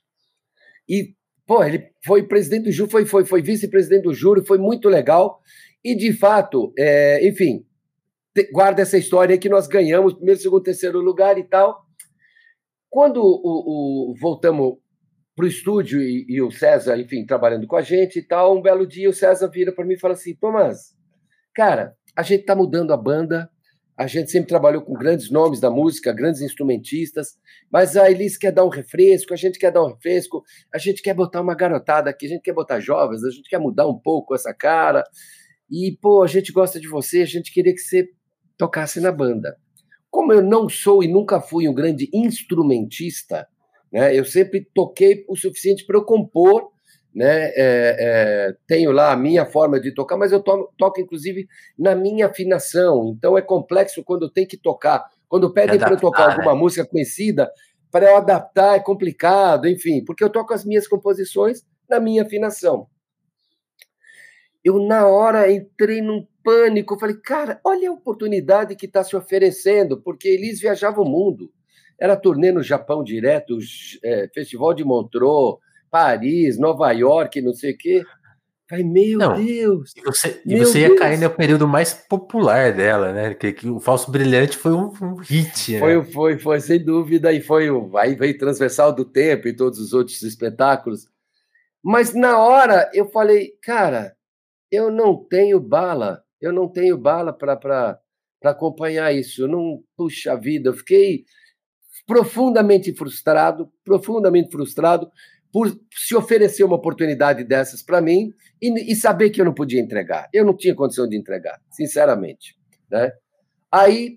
E, pô, ele foi presidente do júri, foi, foi, foi vice-presidente do júri, foi muito legal. E, de fato, é, enfim... Guarda essa história aí que nós ganhamos primeiro, segundo, terceiro lugar e tal. Quando o, o, voltamos para o estúdio e, e o César, enfim, trabalhando com a gente e tal, um belo dia o César vira para mim e fala assim, Tomás, cara, a gente está mudando a banda, a gente sempre trabalhou com grandes nomes da música, grandes instrumentistas, mas a Elis quer dar um refresco, a gente quer dar um refresco, a gente quer botar uma garotada aqui, a gente quer botar jovens, a gente quer mudar um pouco essa cara, e, pô, a gente gosta de você, a gente queria que você tocasse na banda. Como eu não sou e nunca fui um grande instrumentista, né, eu sempre toquei o suficiente para eu compor, né, é, é, tenho lá a minha forma de tocar, mas eu to toco, inclusive, na minha afinação, então é complexo quando eu tenho que tocar. Quando pedem para eu tocar alguma, né, música conhecida, para eu adaptar é complicado, enfim, porque eu toco as minhas composições na minha afinação. Eu, na hora, entrei num pânico, falei, cara, olha a oportunidade que está se oferecendo, porque eles viajavam o mundo. Era turnê no Japão direto, é, Festival de Montreux, Paris, Nova York, não sei o quê. Falei, meu não, Deus! E você, meu e você ia Deus. cair no período mais popular dela, né? Que, que o Falso Brilhante foi um, um hit, foi, né? Foi, foi, sem dúvida, e foi aí veio Transversal do Tempo e todos os outros espetáculos. Mas, na hora, eu falei, cara... eu não tenho bala, eu não tenho bala para acompanhar isso. Eu não, puxa vida, eu fiquei profundamente frustrado, profundamente frustrado por se oferecer uma oportunidade dessas para mim e, e saber que eu não podia entregar. Eu não tinha condição de entregar, sinceramente, né? Aí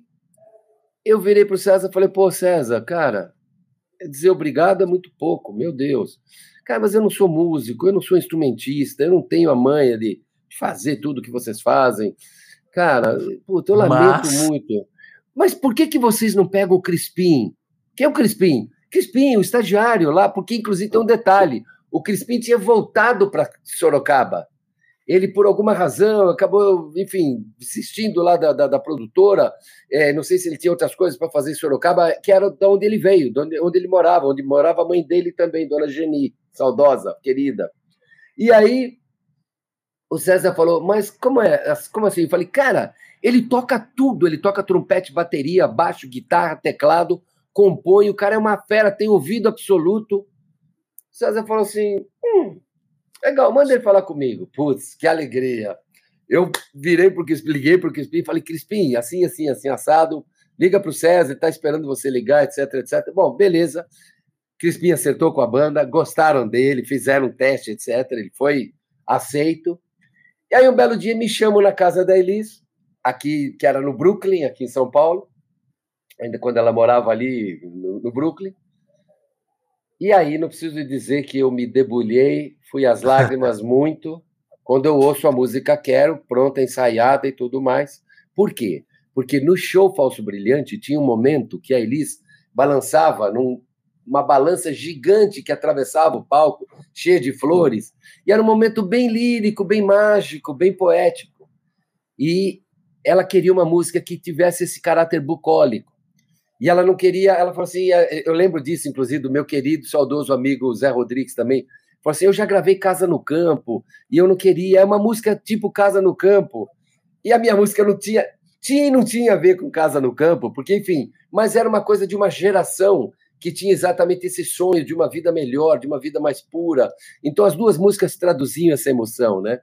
eu virei para o César e falei, pô, César, cara, dizer obrigado é muito pouco, meu Deus. Cara, mas eu não sou músico, eu não sou instrumentista, eu não tenho a manha de fazer tudo que vocês fazem. Cara, puta, eu lamento mas... muito. Mas por que, que vocês não pegam o Crispim? Quem é o Crispim? Crispim, o estagiário lá, porque inclusive tem um detalhe, o Crispim tinha voltado para Sorocaba. Ele, por alguma razão, acabou, enfim, desistindo lá da, da, da produtora, é, não sei se ele tinha outras coisas para fazer em Sorocaba, que era de onde ele veio, de onde, onde ele morava, onde morava a mãe dele também, Dona Geni, saudosa, querida. E aí, o César falou, mas como é? Como assim? Eu falei, cara, ele toca tudo, ele toca trompete, bateria, baixo, guitarra, teclado, compõe, o cara é uma fera, tem ouvido absoluto. O César falou assim, hum, legal, manda ele falar comigo. Putz, que alegria. Eu virei porque liguei para o Crispim e falei, Crispim, assim, assim, assim, assado, liga para o César, ele está esperando você ligar, etc, etcétera. Bom, beleza. Crispim acertou com a banda, gostaram dele, fizeram um teste, etcétera. Ele foi aceito. E aí, um belo dia, me chamam na casa da Elis, aqui, que era no Brooklyn, aqui em São Paulo, ainda quando ela morava ali no, no Brooklyn. E aí, não preciso dizer que eu me debulhei, fui às lágrimas muito, quando eu ouço a música Quero, pronta, ensaiada e tudo mais. Por quê? Porque no show Falso Brilhante tinha um momento que a Elis balançava num uma balança gigante que atravessava o palco, cheia de flores, e era um momento bem lírico, bem mágico, bem poético. E ela queria uma música que tivesse esse caráter bucólico. E ela não queria, ela falou assim, eu lembro disso, inclusive, do meu querido, saudoso amigo Zé Rodrigues também, falou assim, eu já gravei Casa no Campo, e eu não queria, é uma música tipo Casa no Campo, e a minha música não tinha, tinha e não tinha a ver com Casa no Campo, porque, enfim, mas era uma coisa de uma geração que tinha exatamente esse sonho de uma vida melhor, de uma vida mais pura. Então, as duas músicas traduziam essa emoção, né?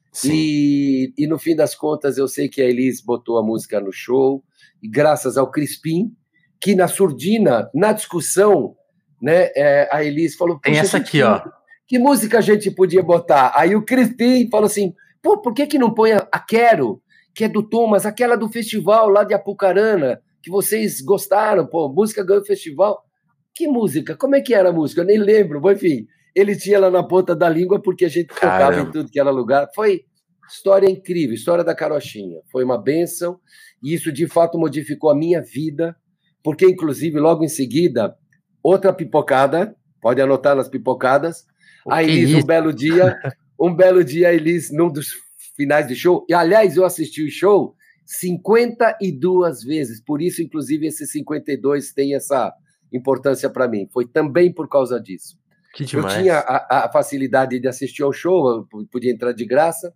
E, e, no fim das contas, eu sei que a Elis botou a música no show, e graças ao Crispim, que na surdina, na discussão, né, é, a Elis falou... Tem essa aqui, ó. Que música a gente podia botar? Aí o Crispim falou assim, pô, por que que não põe a, a Quero, que é do Thomas, aquela do festival lá de Apucarana, que vocês gostaram, pô, música ganhou o festival. Que música? Como é que era a música? Eu nem lembro, mas enfim, ele tinha lá na ponta da língua porque a gente tocava Caramba. Em tudo que era lugar. Foi história incrível, história da carochinha. Foi uma bênção e isso de fato modificou a minha vida, porque inclusive logo em seguida, outra pipocada, pode anotar nas pipocadas, a Elis, um belo dia, um belo dia, a Elis, num dos finais de show, e aliás, eu assisti o show cinquenta e duas vezes, por isso, inclusive, esse cinquenta e dois tem essa importância para mim, foi também por causa disso. Que demais. Eu tinha a, a facilidade de assistir ao show, eu podia entrar de graça,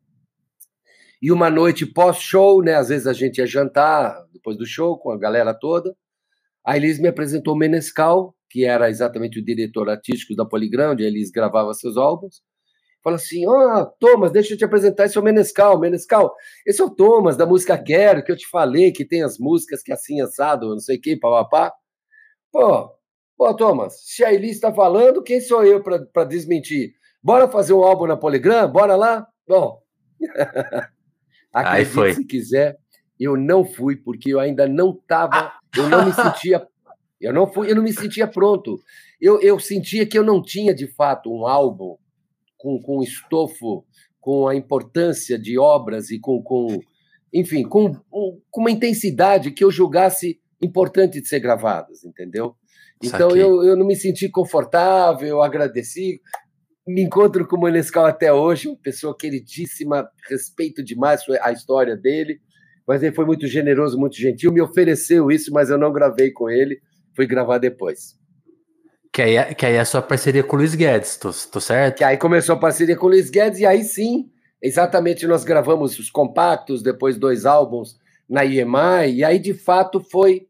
e uma noite pós-show, né, às vezes a gente ia jantar depois do show com a galera toda, a Elis me apresentou o Menescal, que era exatamente o diretor artístico da Poligram, onde a Elis gravava seus álbuns. Falou assim, ó, oh, Thomas, deixa eu te apresentar, esse é o Menescal. Menescal, esse é o Thomas, da música Quero, que eu te falei, que tem as músicas que é assim, assado, não sei o que, papapá. Pô, pô, Thomas, se a Elis está falando, quem sou eu para desmentir? Bora fazer um álbum na Poligram? Bora lá? Bom, acredite foi. se quiser, eu não fui, porque eu ainda não estava, eu não me sentia... Eu não, fui, eu não me sentia pronto. Eu, eu sentia que eu não tinha, de fato, um álbum com, com estofo, com a importância de obras e com, com enfim, com, com uma intensidade que eu julgasse importante de ser gravadas, entendeu? Então, eu, eu não me senti confortável, eu agradeci. Me encontro com o Menescal até hoje, uma pessoa queridíssima, respeito demais a história dele, mas ele foi muito generoso, muito gentil, me ofereceu isso, mas eu não gravei com ele. Fui gravar depois. Que aí, que aí é a sua parceria com o Luiz Guedes, tô, tô certo? Que aí começou a parceria com o Luiz Guedes, e aí sim, exatamente, nós gravamos os compactos, depois dois álbuns na I M I, e aí de fato foi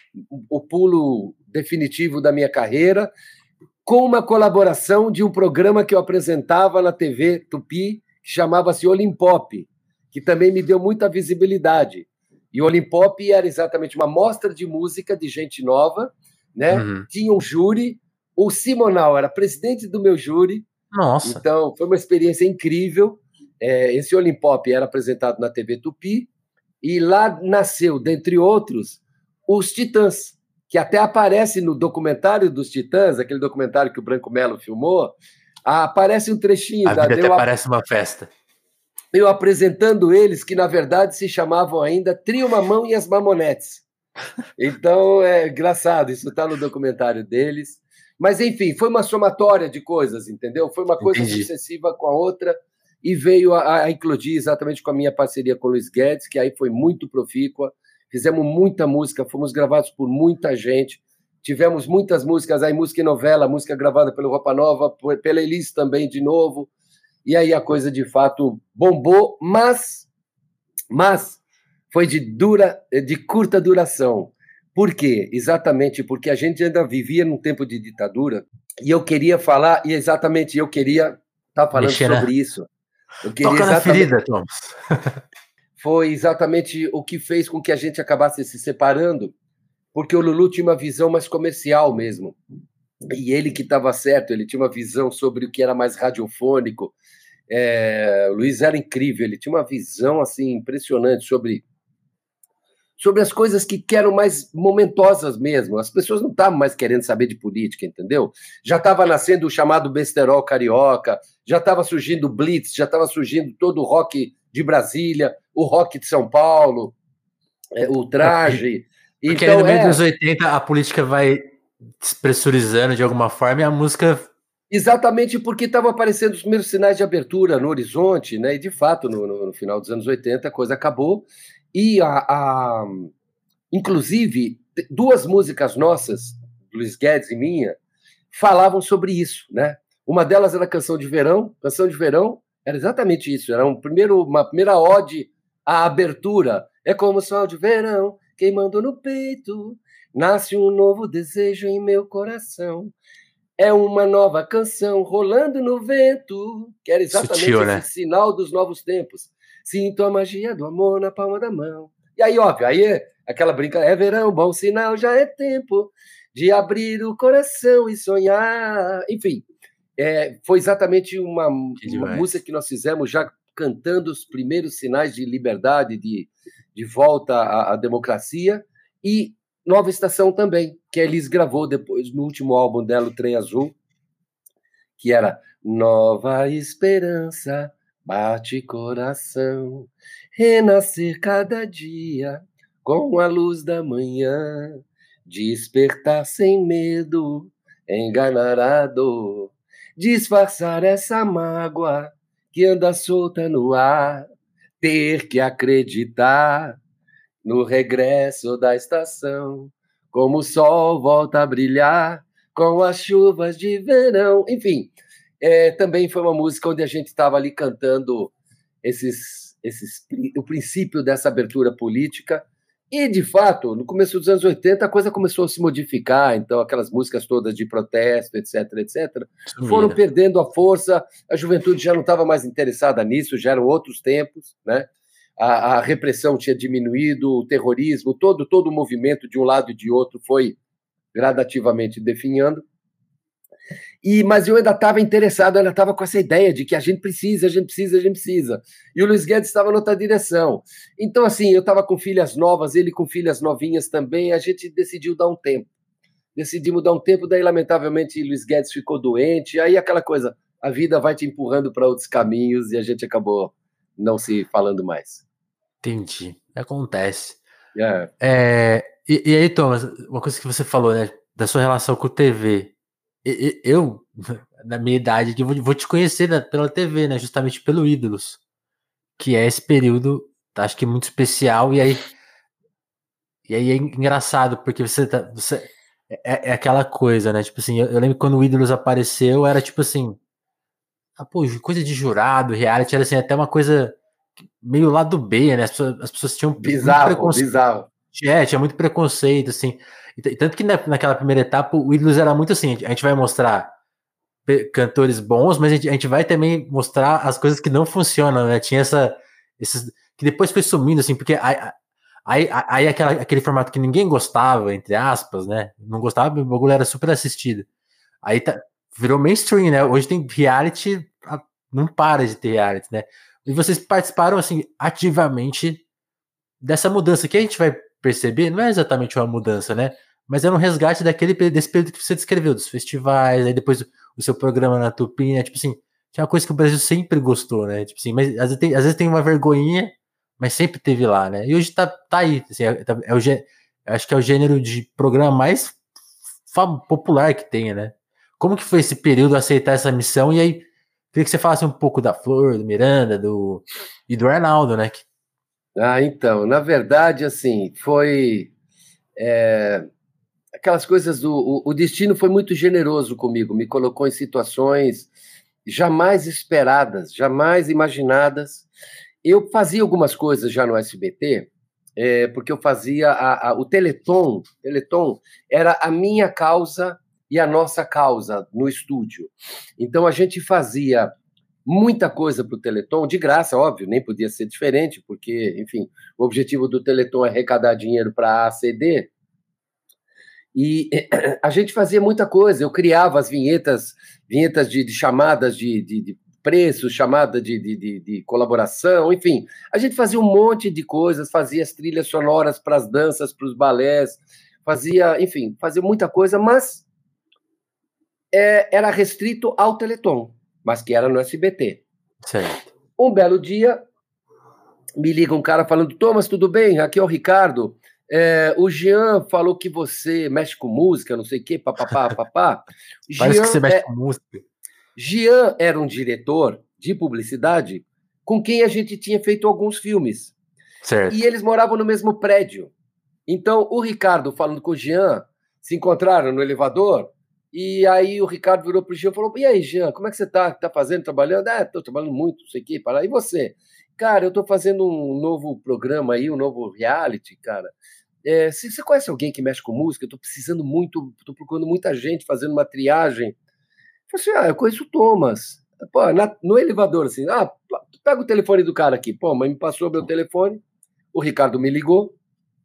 o pulo definitivo da minha carreira, com uma colaboração de um programa que eu apresentava na T V Tupi, que chamava-se Olimpop, que também me deu muita visibilidade. E o Olimpop era exatamente uma mostra de música de gente nova, né? Uhum. Tinha um júri, o Simonal era presidente do meu júri. Nossa! Então, foi uma experiência incrível. É, esse Olimpop era apresentado na T V Tupi, e lá nasceu, dentre outros, os Titãs, que até aparece no documentário dos Titãs, aquele documentário que o Branco Melo filmou, aparece um trechinho. A da, vida até parece uma festa. Eu apresentando eles, que na verdade se chamavam ainda Trio Mamão e as Mamonetes. Então, é engraçado, isso está no documentário deles. Mas, enfim, foi uma somatória de coisas, entendeu? Foi uma coisa Entendi. sucessiva com a outra e veio a, a eclodir exatamente com a minha parceria com o Luiz Guedes, que aí foi muito profícua. Fizemos muita música, fomos gravados por muita gente. Tivemos muitas músicas aí, música e novela, música gravada pelo Roupa Nova, pela Elis também, de novo. E aí a coisa, de fato, bombou, mas, mas foi de, dura, de curta duração. Por quê? Exatamente porque a gente ainda vivia num tempo de ditadura e eu queria falar, e exatamente eu queria estar falando Mexer, sobre né? isso. Eu queria Toca na ferida, Thomas. Foi exatamente o que fez com que a gente acabasse se separando, porque o Lulu tinha uma visão mais comercial mesmo. E ele que estava certo, ele tinha uma visão sobre o que era mais radiofônico. É, o Luiz era incrível, ele tinha uma visão assim impressionante sobre, sobre as coisas que, que eram mais momentosas mesmo. As pessoas não estavam mais querendo saber de política, entendeu? Já estava nascendo o chamado besterol carioca, já estava surgindo o Blitz, já estava surgindo todo o rock de Brasília, o rock de São Paulo, é, o traje. Porque então, no meio é... dos oitenta a política vai despressurizando de alguma forma e a música... Exatamente porque estavam aparecendo os primeiros sinais de abertura no horizonte, né? E de fato, no, no, no final dos anos oitenta, a coisa acabou. E, a, a, inclusive, duas músicas nossas, Luiz Guedes e minha, falavam sobre isso, né? Uma delas era Canção de Verão. Canção de Verão era exatamente isso. Era um primeiro, uma primeira ode à abertura. É como o sol de verão queimando no peito, nasce um novo desejo em meu coração. É uma nova canção rolando no vento, que era exatamente Sutil, esse né? sinal dos novos tempos. Sinto a magia do amor na palma da mão. E aí, óbvio, aí aquela brincadeira, é verão, bom sinal, já é tempo de abrir o coração e sonhar. Enfim, é, foi exatamente uma, uma música que nós fizemos já cantando os primeiros sinais de liberdade, de, de volta à, à democracia, e Nova Estação também, que a Elis gravou depois no último álbum dela, O Trem Azul, que era Nova Esperança, bate coração, renascer cada dia com a luz da manhã, despertar sem medo, enganar a dor, disfarçar essa mágoa que anda solta no ar, ter que acreditar no regresso da estação, como o sol volta a brilhar com as chuvas de verão. Enfim, é, também foi uma música onde a gente estava ali cantando esses, esses, o princípio dessa abertura política. E, de fato, no começo dos anos oitenta, a coisa começou a se modificar, então aquelas músicas todas de protesto, etc, etcétera, foram perdendo a força, a juventude já não estava mais interessada nisso, já eram outros tempos, né? A, a repressão tinha diminuído, o terrorismo, todo, todo o movimento de um lado e de outro foi gradativamente definhando. E, mas eu ainda estava interessado, eu ainda estava com essa ideia de que a gente precisa, a gente precisa, a gente precisa. E o Luiz Guedes estava em outra direção. Então, assim, eu estava com filhas novas, ele com filhas novinhas também, a gente decidiu dar um tempo. Decidimos dar um tempo, daí, lamentavelmente, Luiz Guedes ficou doente, aí aquela coisa, a vida vai te empurrando para outros caminhos e a gente acabou não se falando mais. Entendi. Acontece. É. É, e, e aí, Thomas, uma coisa que você falou, né, da sua relação com T V. E, e, eu, na minha idade, que vou, vou te conhecer né, pela T V, né, justamente pelo Ídolos, que é esse período, acho que muito especial, e aí, e aí é engraçado, porque você tá, você, é, é aquela coisa, né, tipo assim, eu, eu lembro quando o Ídolos apareceu, era tipo assim, ah, pô, coisa de jurado, reality, era assim, até uma coisa meio lado B, né, as pessoas, as pessoas tinham bizarro, muito preconceito. Bizarro. É, tinha muito preconceito, assim. E tanto que na, naquela primeira etapa o Ídolos era muito assim: a gente vai mostrar cantores bons, mas a gente, a gente vai também mostrar as coisas que não funcionam, né? Tinha essa. Esses, que depois foi sumindo, assim, porque aí, aí, aí aquela, aquele formato que ninguém gostava, entre aspas, né? Não gostava, o bagulho era super assistido. Aí tá, virou mainstream, né? Hoje tem reality, não para de ter reality, né? E vocês participaram, assim, ativamente dessa mudança que a gente vai perceber, não é exatamente uma mudança, né? Mas é um resgate daquele desse período que você descreveu, dos festivais, aí depois o seu programa na Tupi, né? Tipo assim, que é uma coisa que o Brasil sempre gostou, né? Tipo assim, mas às vezes tem, às vezes tem uma vergonhinha, mas sempre teve lá, né? E hoje tá, tá aí. Assim, é, é o, acho que é o gênero de programa mais popular que tem, né? Como que foi esse período aceitar essa missão? E aí, queria que você falasse um pouco da Flor, do Miranda, do e do Arnaldo, né? Que... Ah, então, na verdade, assim, foi é, aquelas coisas do o, o destino foi muito generoso comigo, me colocou em situações jamais esperadas, jamais imaginadas. Eu fazia algumas coisas já no S B T, é, porque eu fazia a, a, o Teleton. Teleton era a minha causa e a nossa causa no estúdio. Então a gente fazia muita coisa para o Teleton, de graça, óbvio, nem podia ser diferente, porque, enfim, o objetivo do Teleton é arrecadar dinheiro para a C D. E a gente fazia muita coisa, eu criava as vinhetas, vinhetas de, de chamadas de, de, de preço, chamada de, de, de, de colaboração, enfim, a gente fazia um monte de coisas, fazia as trilhas sonoras para as danças, para os balés, fazia, enfim, fazia muita coisa, mas é, era restrito ao Teleton, mas que era no S B T. Certo. Um belo dia, me liga um cara falando, Thomas, tudo bem? Aqui é o Ricardo. É, o Jean falou que você mexe com música, não sei o quê, papapá, papá. Parece Jean que você mexe é... com música. Jean era um diretor de publicidade com quem a gente tinha feito alguns filmes. Certo. E eles moravam no mesmo prédio. Então, o Ricardo falando com o Jean, se encontraram no elevador, e aí o Ricardo virou pro Jean e falou, e aí, Jean, como é que você tá? Tá fazendo, trabalhando? Ah, tô trabalhando muito, não sei o quê, para. E você? Cara, eu tô fazendo um novo programa aí, um novo reality, cara. É, se você conhece alguém que mexe com música, eu tô precisando muito, tô procurando muita gente fazendo uma triagem. Eu falei assim, ah, eu conheço o Thomas. Pô, na, no elevador, assim, ah, pega o telefone do cara aqui. Pô, mas me passou meu telefone, o Ricardo me ligou,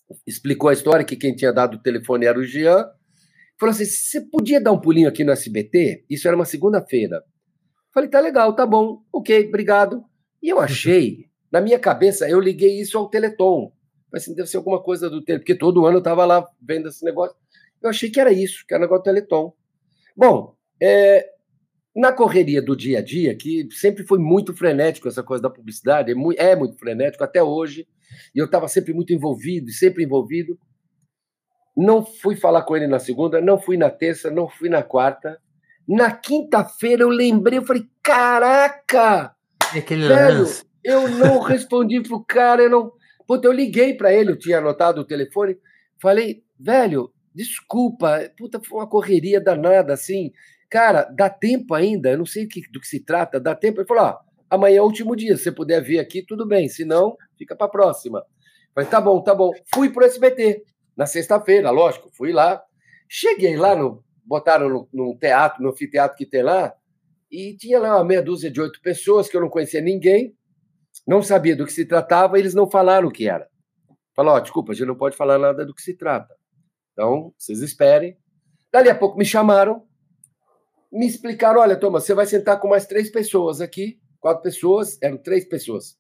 explicou a história, que quem tinha dado o telefone era o Jean. Falou assim, você podia dar um pulinho aqui no S B T? Isso era uma segunda-feira. Falei, tá legal, tá bom, ok, obrigado. E eu achei, na minha cabeça, eu liguei isso ao Teleton. Falei assim, deve ser alguma coisa do Teleton, porque todo ano eu estava lá vendo esse negócio. Eu achei que era isso, que era o negócio do Teleton. Bom, é, na correria do dia a dia, que sempre foi muito frenético essa coisa da publicidade, é muito, é muito frenético até hoje, e eu estava sempre muito envolvido, sempre envolvido. Não fui falar com ele na segunda, não fui na terça, não fui na quarta. Na quinta-feira eu lembrei, eu falei, caraca! E aquele Velho, lance. eu não respondi pro cara, eu não... Puta, eu liguei para ele, eu tinha anotado o telefone, falei, velho, desculpa, puta, foi uma correria danada, assim. Cara, dá tempo ainda, eu não sei do que se trata, dá tempo. Ele falou, ó, amanhã é o último dia, se você puder vir aqui, tudo bem, se não, fica para a próxima. Falei, tá bom, tá bom. Fui pro S B T, na sexta-feira, lógico, fui lá. Cheguei lá, no, botaram no, no teatro, no anfiteatro que tem lá, e tinha lá uma meia dúzia de oito pessoas, que eu não conhecia ninguém, não sabia do que se tratava, eles não falaram o que era. Falou, ó, desculpa, a gente não pode falar nada do que se trata. Então, vocês esperem. Dali a pouco me chamaram, me explicaram, olha, Thomas, você vai sentar com mais três pessoas aqui, quatro pessoas, eram três pessoas.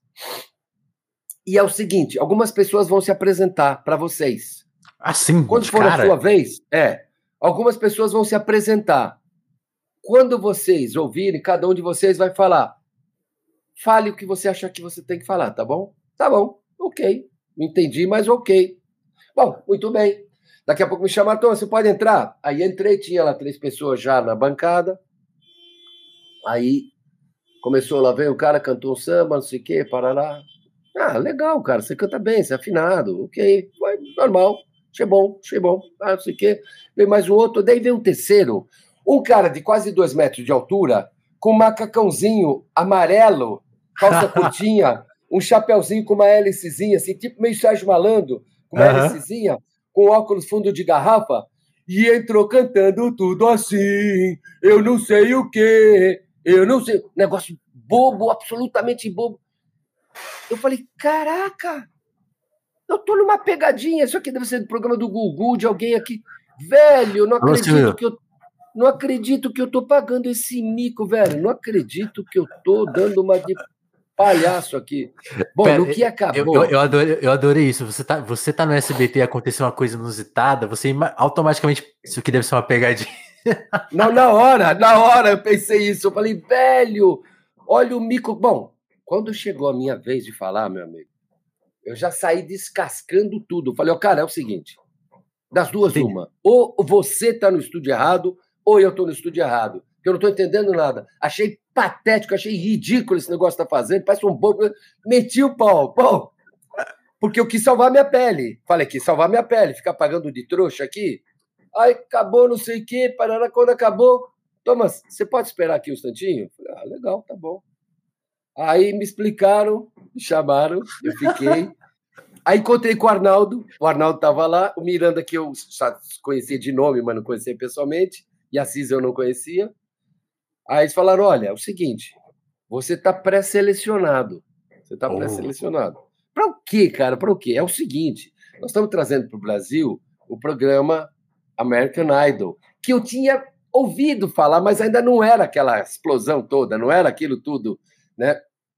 E é o seguinte, algumas pessoas vão se apresentar para vocês. Assim, Quando for cara? a sua vez, é, algumas pessoas vão se apresentar. Quando vocês ouvirem, cada um de vocês vai falar. Fale o que você achar que você tem que falar, tá bom? Tá bom, ok. Não entendi, mas ok. Bom, muito bem. Daqui a pouco me chamaram, Thomas, você pode entrar? Aí entrei, tinha lá três pessoas já na bancada. Aí começou lá, veio o cara, cantou um samba, não sei o quê, parará. Ah, legal, cara, você canta bem, você é afinado, ok, foi normal, achei bom, achei bom, ah, não sei o quê. Veio mais um outro, daí veio um terceiro, um cara de quase dois metros de altura, com um macacãozinho amarelo, calça curtinha, um chapeuzinho com uma hélicezinha, assim, tipo meio Sérgio Malandro, com uma Aham. hélicezinha, com óculos fundo de garrafa, e entrou cantando tudo assim, eu não sei o quê, eu não sei, negócio bobo, absolutamente bobo. Eu falei, caraca, eu tô numa pegadinha, isso aqui deve ser do programa do Gugu, de alguém aqui. Velho, eu não Alô, acredito Silvio. que eu não acredito que eu tô pagando esse mico, velho. Não acredito que eu tô dando uma de palhaço aqui. Bom, Pera, no que eu, acabou. eu, eu, adorei, eu adorei isso. Você tá, você tá no S B T e aconteceu uma coisa inusitada, você ima- automaticamente. Isso aqui deve ser uma pegadinha. Não, na hora, na hora eu pensei isso. Eu falei, velho, olha o mico. Bom, quando chegou a minha vez de falar, meu amigo, eu já saí descascando tudo. Eu falei, ó, cara, é o seguinte, das duas, Entendi. uma. Ou você tá no estúdio errado, ou eu tô no estúdio errado. Porque eu não tô entendendo nada. Achei patético, achei ridículo esse negócio que tá fazendo, parece um bobo. Meti o pau. Bom, porque eu quis salvar minha pele. Falei, quis salvar minha pele, ficar pagando de trouxa aqui. Aí acabou, não sei o quê, parará, quando acabou. Thomas, você pode esperar aqui um instantinho? Falei, ah, legal, tá bom. Aí me explicaram, me chamaram, eu fiquei. Aí encontrei com o Arnaldo, o Arnaldo estava lá, o Miranda, que eu só conhecia de nome, mas não conhecia pessoalmente, e a Cis eu não conhecia. Aí eles falaram: olha, é o seguinte, você está pré-selecionado. Você está Oh. pré-selecionado. Para o quê, cara? Para o quê? É o seguinte, nós estamos trazendo para o Brasil o programa American Idol, que eu tinha ouvido falar, mas ainda não era aquela explosão toda, não era aquilo tudo, né?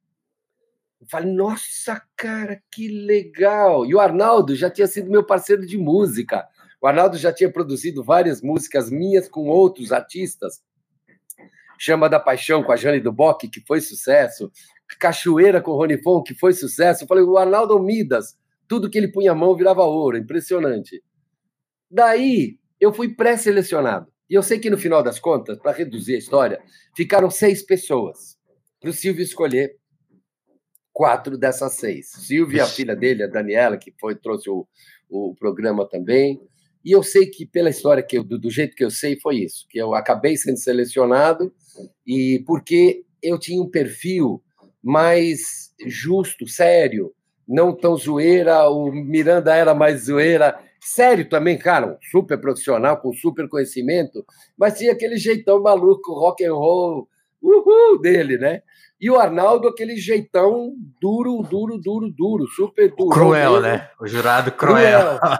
Eu falei, nossa, cara, que legal! E o Arnaldo já tinha sido meu parceiro de música. O Arnaldo já tinha produzido várias músicas minhas com outros artistas. Chama da Paixão com a Jane do Bock, que foi sucesso. Cachoeira com o Rony Fon, que foi sucesso. Eu falei, o Arnaldo Midas, tudo que ele punha a mão virava ouro, impressionante. Daí, eu fui pré-selecionado. E eu sei que no final das contas, para reduzir a história, ficaram seis pessoas para o Silvio escolher quatro dessas seis. Silvia, a filha dele, a Daniela, que foi, trouxe o, o programa também. E eu sei que, pela história, que eu, do, do jeito que eu sei, foi isso, que eu acabei sendo selecionado e porque eu tinha um perfil mais justo, sério, não tão zoeira, o Miranda era mais zoeira, sério também, cara, um super profissional, com super conhecimento, mas tinha aquele jeitão maluco, rock and roll, uhul dele, né? E o Arnaldo, aquele jeitão duro, duro, duro, duro, super duro. Cruel, mesmo. Né? O jurado cruel. cruel.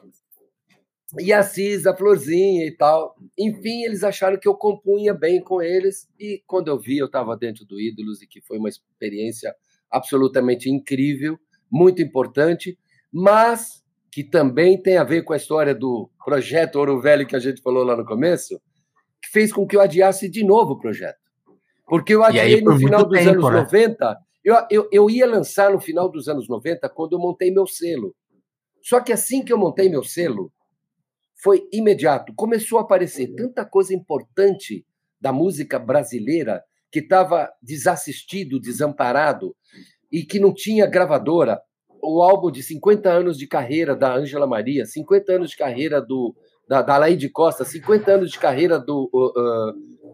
E a Cis, a Florzinha e tal. Enfim, eles acharam que eu compunha bem com eles. E quando eu vi, eu estava dentro do Ídolos, e que foi uma experiência absolutamente incrível, muito importante, mas que também tem a ver com a história do projeto Ouro Velho que a gente falou lá no começo, que fez com que eu adiasse de novo o projeto. Porque eu adiei aí, no final dos tempo, anos né? noventa, eu, eu, eu ia lançar no final dos anos noventa, quando eu montei meu selo. Só que assim que eu montei meu selo, foi imediato. Começou a aparecer tanta coisa importante da música brasileira que estava desassistido, desamparado, e que não tinha gravadora. O álbum de cinquenta anos de carreira da Ângela Maria, cinquenta anos de carreira do, da, da Laide Costa, cinquenta anos de carreira do uh,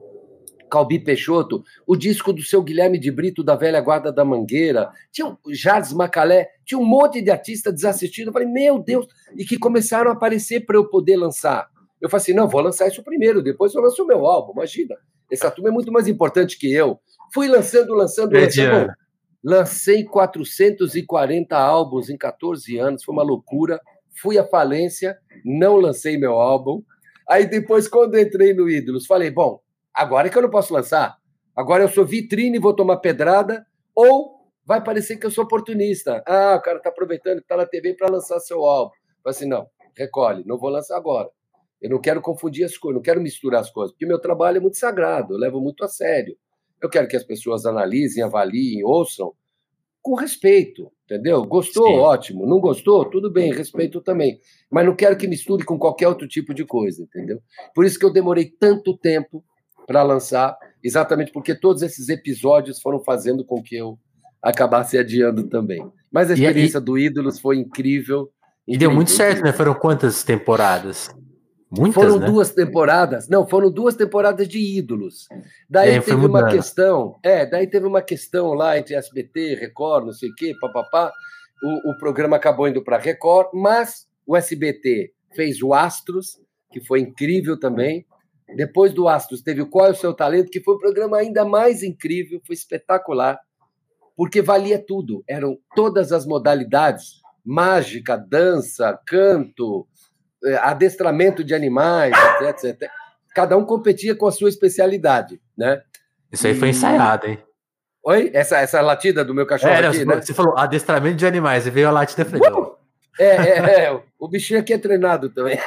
uh, Calbi Peixoto, o disco do seu Guilherme de Brito, da Velha Guarda da Mangueira, tinha o Jardim Macalé, tinha um monte de artista desassistido. Eu falei, meu Deus, e que começaram a aparecer para eu poder lançar. Eu falei assim, não, vou lançar isso primeiro, depois eu lanço o meu álbum, imagina. Essa turma é muito mais importante que eu. Fui lançando, lançando, lançando. Bom, lancei quatrocentos e quarenta álbuns em quatorze anos, foi uma loucura. Fui à falência, não lancei meu álbum. Aí depois, quando entrei no Ídolos, falei, bom, agora é que eu não posso lançar. Agora eu sou vitrine e vou tomar pedrada, ou vai parecer que eu sou oportunista. Ah, o cara está aproveitando que está na T V para lançar seu álbum. Eu falei assim, não, recolhe, não vou lançar agora. Eu não quero confundir as coisas, não quero misturar as coisas, porque meu trabalho é muito sagrado, eu levo muito a sério. Eu quero que as pessoas analisem, avaliem, ouçam com respeito, entendeu? Gostou? Sim. Ótimo. Não gostou? Tudo bem, respeito também. Mas não quero que misture com qualquer outro tipo de coisa, entendeu? Por isso que eu demorei tanto tempo para lançar, exatamente porque todos esses episódios foram fazendo com que eu acabasse adiando também. Mas a experiência e, e... do Ídolos foi incrível. E deu muito certo, né? Foram quantas temporadas? Muitas, foram né? duas temporadas, não, foram duas temporadas de Ídolos. Daí teve uma questão, é, daí teve uma questão lá entre S B T, Record, não sei o quê, papapá. O, o programa acabou indo para Record, mas o S B T fez o Astros, que foi incrível também. Depois do Astros teve o Qual é o Seu Talento, que foi um programa ainda mais incrível, foi espetacular, porque valia tudo, eram todas as modalidades, mágica, dança, canto, adestramento de animais, etc, etcétera. Cada um competia com a sua especialidade, né? Isso aí foi ensaiado, hein? Oi? Essa, essa latida do meu cachorro é, não, aqui, você, né? Você falou adestramento de animais, e veio a latida e falei, uh! é, é, é, o bichinho aqui é treinado também.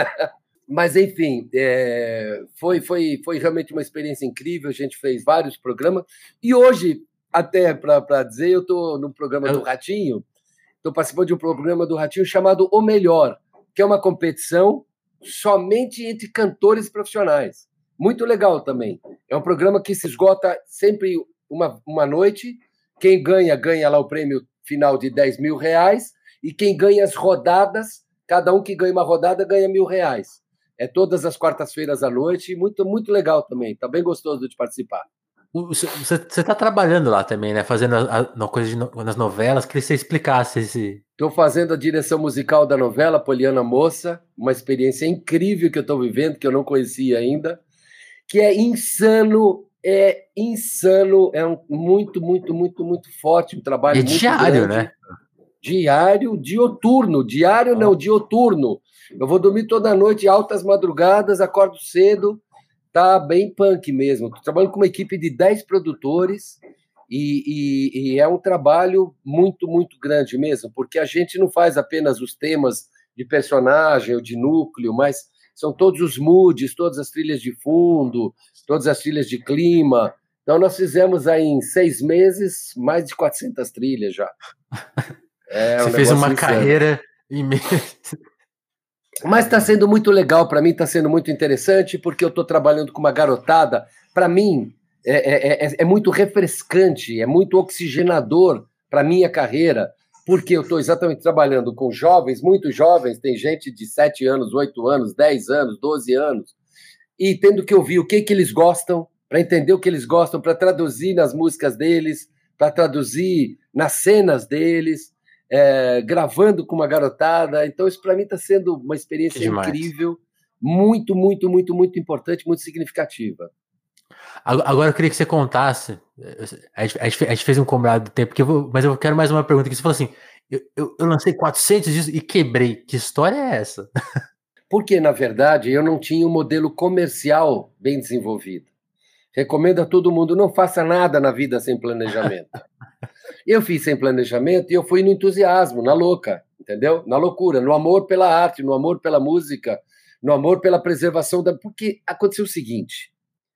Mas, enfim, é, foi, foi, foi realmente uma experiência incrível, a gente fez vários programas, e hoje, até para dizer, eu estou no programa do Ratinho, estou participando de um programa do Ratinho chamado O Melhor, que é uma competição somente entre cantores profissionais. Muito legal também. É um programa que se esgota sempre uma, uma noite. Quem ganha, ganha lá o prêmio final de dez mil reais. E quem ganha as rodadas, cada um que ganha uma rodada ganha mil reais. É todas as quartas-feiras à noite. Muito, muito legal também. Está bem gostoso de participar. Você está trabalhando lá também, né? Fazendo a, a, coisa de, nas novelas. Queria que você explicasse esse... Estou fazendo a direção musical da novela Poliana Moça, uma experiência incrível que eu estou vivendo, que eu não conhecia ainda, que é insano, é insano, é um muito, muito, muito, muito forte, um trabalho é muito diário, grande. Né? Diário, dioturno, diário ah. não, dioturno. Eu vou dormir toda noite, altas madrugadas, acordo cedo, tá bem punk mesmo. Estou trabalhando com uma equipe de dez produtores, E, e, e é um trabalho muito, muito grande mesmo, porque a gente não faz apenas os temas de personagem ou de núcleo, mas são todos os moods, todas as trilhas de fundo, todas as trilhas de clima. Então, nós fizemos aí em seis meses mais de quatrocentas trilhas já. É Você um fez uma insano. Carreira imensa. Mas está sendo muito legal para mim, está sendo muito interessante, porque eu estou trabalhando com uma garotada. Para mim, É, é, é muito refrescante, é muito oxigenador para a minha carreira, porque eu estou exatamente trabalhando com jovens, muito jovens, tem gente de sete anos, oito anos, dez anos, doze anos, e tendo que ouvir o que, que eles gostam, para entender o que eles gostam, para traduzir nas músicas deles, para traduzir nas cenas deles, é, gravando com uma garotada. Então, isso para mim está sendo uma experiência incrível, muito, muito, muito, muito importante, muito significativa. Agora eu queria que você contasse. A gente, a gente, a gente fez um combinado do tempo, que eu vou, mas eu quero mais uma pergunta. Que você falou assim: eu, eu, eu lancei quatrocentos discos e quebrei. Que história é essa? Porque, na verdade, eu não tinha um modelo comercial bem desenvolvido. Recomendo a todo mundo, não faça nada na vida sem planejamento. Eu fiz sem planejamento e eu fui no entusiasmo, na louca, entendeu? Na loucura, no amor pela arte, no amor pela música, no amor pela preservação da... Porque aconteceu o seguinte,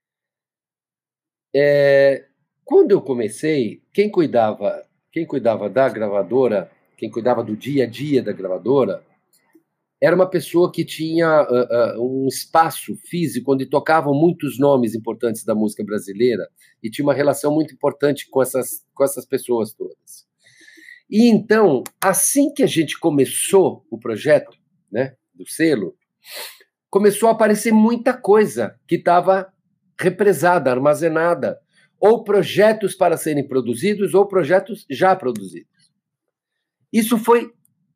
é... quando eu comecei, quem cuidava, quem cuidava da gravadora, quem cuidava do dia a dia da gravadora, era uma pessoa que tinha uh, uh, um espaço físico onde tocavam muitos nomes importantes da música brasileira e tinha uma relação muito importante com essas, com essas pessoas todas. E então, assim que a gente começou o projeto, né, do selo, começou a aparecer muita coisa que estava represada, armazenada, ou projetos para serem produzidos ou projetos já produzidos. Isso foi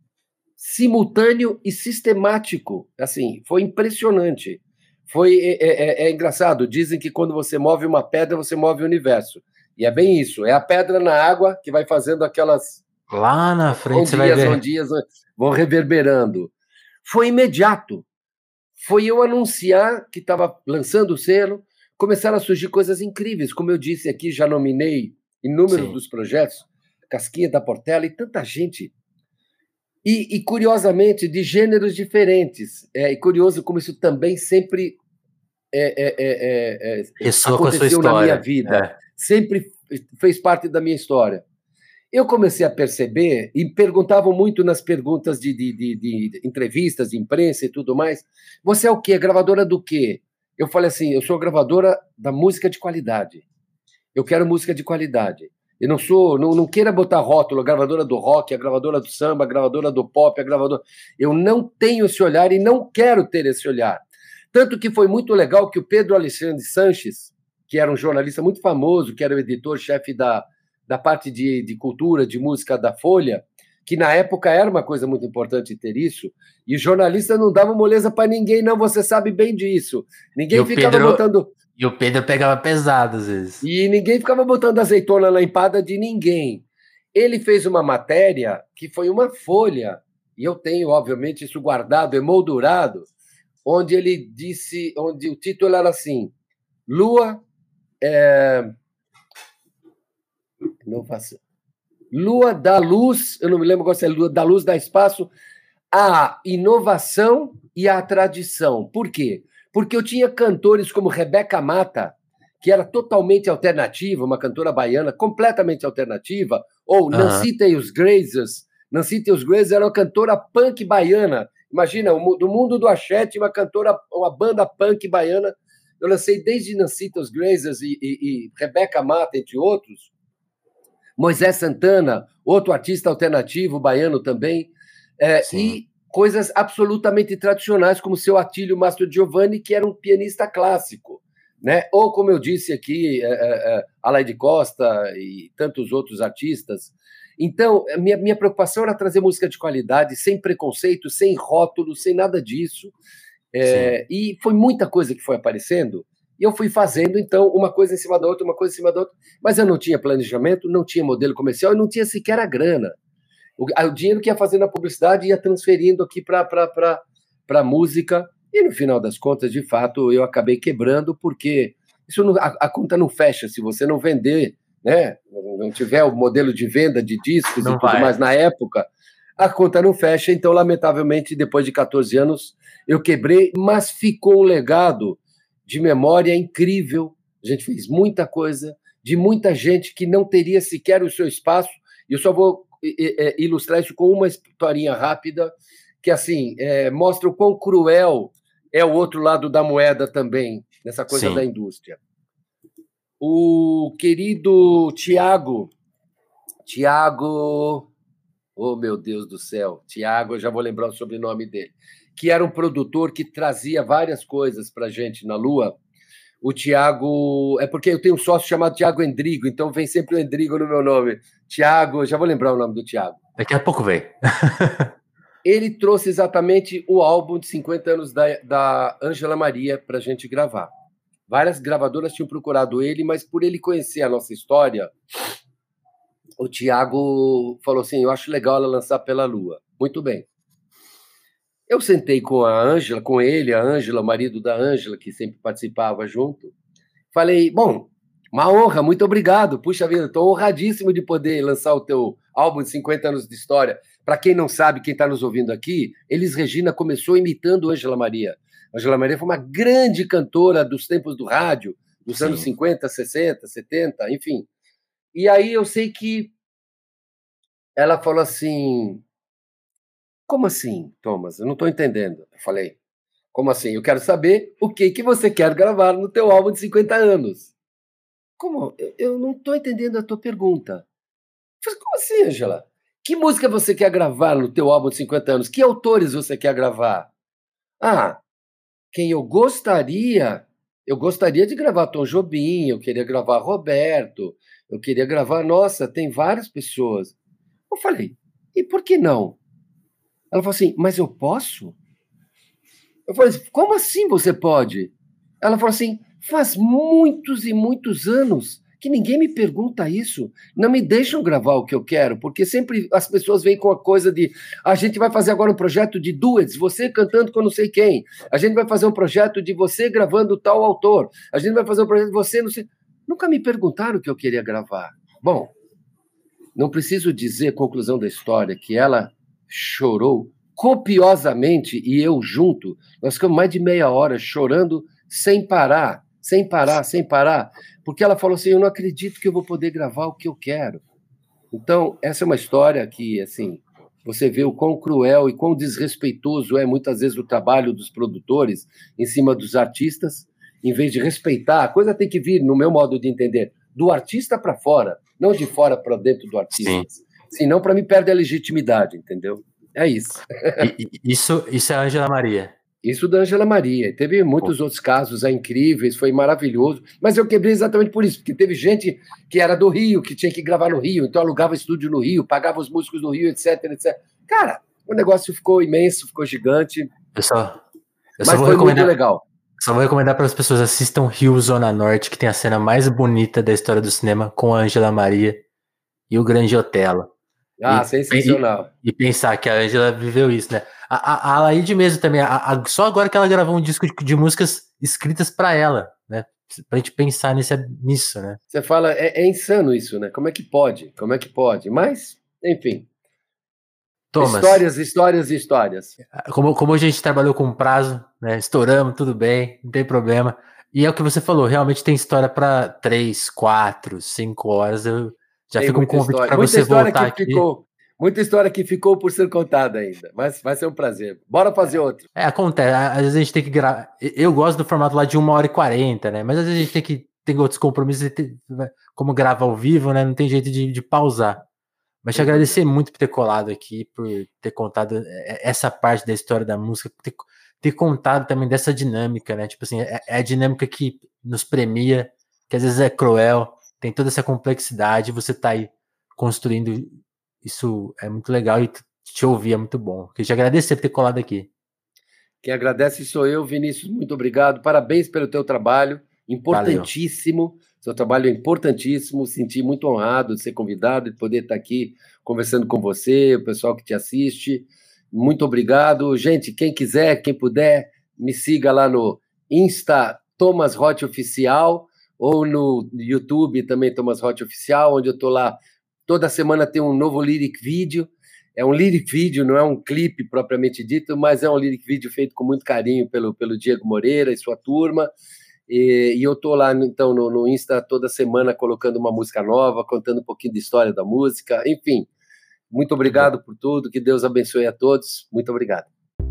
simultâneo e sistemático, assim, foi impressionante. Foi, é, é, é engraçado, dizem que quando você move uma pedra, você move o universo. E é bem isso, é a pedra na água que vai fazendo aquelas... Lá na frente ondias, você vai ver. Ondias vão reverberando. Foi imediato. Foi eu anunciar que estava lançando o selo, começaram a surgir coisas incríveis. Como eu disse aqui, já nominei inúmeros Sim. dos projetos, Casquinha da Portela e tanta gente... E, e, curiosamente, de gêneros diferentes. É, e curioso como isso também sempre é, é, é, é, aconteceu na minha vida. É. Sempre fez parte da minha história. Eu comecei a perceber, e perguntavam muito nas perguntas de, de, de, de entrevistas, de imprensa e tudo mais, você é o quê? Gravadora do quê? Eu falei assim, eu sou gravadora da música de qualidade. Eu quero música de qualidade. Eu não sou, não, não queira botar rótulo, a gravadora do rock, a gravadora do samba, a gravadora do pop, a gravadora... Eu não tenho esse olhar e não quero ter esse olhar. Tanto que foi muito legal que o Pedro Alexandre Sanches, que era um jornalista muito famoso, que era o editor-chefe da, da parte de, de cultura, de música da Folha, que na época era uma coisa muito importante ter isso, e o jornalista não dava moleza para ninguém, não, você sabe bem disso. Ninguém ficava Pedro... botando... E o Pedro pegava pesado às vezes. E ninguém ficava botando azeitona na empada de ninguém. Ele fez uma matéria que foi uma folha, e eu tenho, obviamente, isso guardado, emoldurado, onde ele disse, onde o título era assim, Lua... É... Não faço... Lua da Luz, eu não me lembro agora se é Lua da Luz, da Espaço, a inovação e a tradição. Por quê? Porque eu tinha cantores como Rebeca Mata, que era totalmente alternativa, uma cantora baiana completamente alternativa, ou uhum. Nancy Tails Grazers. Nancy Tails Grazers era uma cantora punk baiana. Imagina, do mundo do axé, uma cantora, uma banda punk baiana. Eu lancei desde Nancy Tails Grazers e, e, e Rebeca Mata, entre outros. Moisés Santana, outro artista alternativo baiano também. É, e coisas absolutamente tradicionais, como o seu Atílio Mastrogiovanni, que era um pianista clássico, né? Ou, como eu disse aqui, é, é, Alaide Costa e tantos outros artistas. Então, a minha, minha preocupação era trazer música de qualidade, sem preconceito, sem rótulo, sem nada disso. É, e foi muita coisa que foi aparecendo, e eu fui fazendo, então, uma coisa em cima da outra, uma coisa em cima da outra, mas eu não tinha planejamento, não tinha modelo comercial e não tinha sequer a grana. O, o dinheiro que ia fazendo na publicidade ia transferindo aqui para a música, e no final das contas, de fato, eu acabei quebrando, porque isso não, a, a conta não fecha se você não vender, né? Não tiver o modelo de venda de discos não e tudo vai. mais na época, a conta não fecha. Então, lamentavelmente, depois de quatorze anos, eu quebrei, mas ficou um legado de memória incrível. A gente fez muita coisa, de muita gente que não teria sequer o seu espaço, e eu só vou ilustrar isso com uma historinha rápida, que assim é, mostra o quão cruel é o outro lado da moeda também, nessa coisa Sim. da indústria. O querido Tiago, Tiago, oh meu Deus do céu, Tiago, eu já vou lembrar o sobrenome dele, que era um produtor que trazia várias coisas para a gente na Lua. O Tiago, é porque eu tenho um sócio chamado Tiago Endrigo, então vem sempre o Endrigo no meu nome. Tiago, já vou lembrar o nome do Tiago. Daqui a pouco vem. Ele trouxe exatamente o álbum de cinquenta anos da, da Ângela Maria para a gente gravar. Várias gravadoras tinham procurado ele, mas por ele conhecer a nossa história, o Thiago falou assim, eu acho legal ela lançar Pela Lua. Muito bem. Eu sentei com a Ângela, com ele, a Ângela, o marido da Ângela, que sempre participava junto. Falei, bom, uma honra, muito obrigado. Puxa vida, estou honradíssimo de poder lançar o teu álbum de cinquenta anos de história. Para quem não sabe, quem está nos ouvindo aqui, Elis Regina começou imitando Ângela Maria. Ângela Maria foi uma grande cantora dos tempos do rádio, dos Sim. anos cinquenta, sessenta, setenta, enfim. E aí eu sei que ela falou assim, como assim, Thomas? Eu não estou entendendo. Eu falei, como assim? Eu quero saber o que, que você quer gravar no teu álbum de cinquenta anos. Como? Eu, eu não estou entendendo a tua pergunta. Eu falei, como assim, Ângela? Que música você quer gravar no teu álbum de cinquenta anos? Que autores você quer gravar? Ah, quem eu gostaria... Eu gostaria de gravar Tom Jobim, eu queria gravar Roberto, eu queria gravar... Nossa, tem várias pessoas. Eu falei, e por que não? Ela falou assim, mas eu posso? Eu falei, como assim você pode? Ela falou assim, faz muitos e muitos anos que ninguém me pergunta isso. Não me deixam gravar o que eu quero, porque sempre as pessoas vêm com a coisa de a gente vai fazer agora um projeto de duets, você cantando com não sei quem. A gente vai fazer um projeto de você gravando tal autor. A gente vai fazer um projeto de você, não sei... Nunca me perguntaram o que eu queria gravar. Bom, não preciso dizer, conclusão da história, que ela chorou copiosamente e eu junto. Nós ficamos mais de meia hora chorando sem parar, sem parar, sem parar, porque ela falou assim, eu não acredito que eu vou poder gravar o que eu quero. Então, essa é uma história que, assim, você vê o quão cruel e quão desrespeitoso é muitas vezes o trabalho dos produtores em cima dos artistas, em vez de respeitar, a coisa tem que vir, no meu modo de entender, do artista para fora, não de fora para dentro do artista. Sim. Senão, para mim, perde a legitimidade, entendeu? É isso. E, isso, isso é a Ângela Maria. Isso da Ângela Maria. Teve muitos Pô. outros casos é, incríveis, foi maravilhoso. Mas eu quebrei exatamente por isso, porque teve gente que era do Rio, que tinha que gravar no Rio, então alugava estúdio no Rio, pagava os músicos no Rio, etc, etcétera. Cara, o negócio ficou imenso, ficou gigante. Eu só, eu mas só vou foi recomendar, muito legal. Só vou recomendar para as pessoas, assistam Rio Zona Norte, que tem a cena mais bonita da história do cinema, com a Ângela Maria e o Grande Otelo. Ah, e, sensacional. E, e pensar que a Ângela viveu isso, né? A, a, a Alaide mesmo também, a, a, só agora que ela gravou um disco de, de músicas escritas para ela, né? Pra gente pensar nesse, nisso, né? Você fala, é, é insano isso, né? Como é que pode? Como é que pode? Mas, enfim. Thomas, histórias, histórias e histórias. Como, como a gente trabalhou com prazo, né? Estouramos, tudo bem, não tem problema. E é o que você falou, realmente tem história para três, quatro, cinco horas. Eu já tem fica um convite para você história voltar que aqui. Ficou, muita história que ficou por ser contada ainda, mas vai ser um prazer. Bora fazer é, outro. É, acontece. Às vezes a gente tem que gravar. Eu gosto do formato lá de uma hora e quarenta, né? Mas às vezes a gente tem que tem outros compromissos, e tem, como grava ao vivo, né? Não tem jeito de, de pausar. Mas te uhum. agradecer muito por ter colado aqui, por ter contado essa parte da história da música, por ter, ter contado também dessa dinâmica, né? Tipo assim, é, é a dinâmica que nos premia, que às vezes é cruel, tem toda essa complexidade, você tá aí construindo isso, é muito legal e te ouvir é muito bom. Queria te agradecer por ter colado aqui. Quem agradece sou eu, Vinícius, muito obrigado, parabéns pelo teu trabalho, importantíssimo. Valeu. Seu trabalho é importantíssimo, senti muito honrado de ser convidado, de poder estar aqui conversando com você, o pessoal que te assiste. Muito obrigado. Gente, quem quiser, quem puder, me siga lá no Insta Thomas Roth Oficial ou no YouTube também Thomas Roth Oficial, onde eu estou lá. Toda semana tem um novo lyric vídeo. É um lyric vídeo, não é um clipe propriamente dito, mas é um lyric vídeo feito com muito carinho pelo, pelo Diego Moreira e sua turma. E, e eu estou lá, então, no, no Insta toda semana colocando uma música nova, contando um pouquinho de história da música, enfim. Muito obrigado por tudo, que Deus abençoe a todos. Muito obrigado.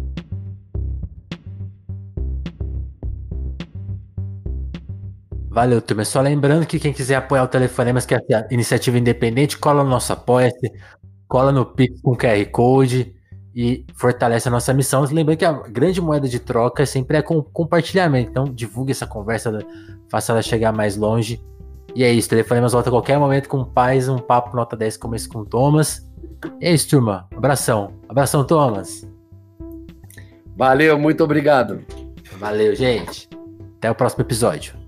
Valeu, turma. Só lembrando que quem quiser apoiar o Telefonemas, que é a iniciativa independente, cola no nosso Apoia-se, cola no Pix com Q R Code e fortalece a nossa missão. Lembrando que a grande moeda de troca sempre é com compartilhamento. Então, divulgue essa conversa, faça ela chegar mais longe. E é isso, Telefonemas volta a qualquer momento com paz, um papo nota dez como esse com o Thomas. E é isso, turma. Abração. Abração, Thomas. Valeu, muito obrigado. Valeu, gente. Até o próximo episódio.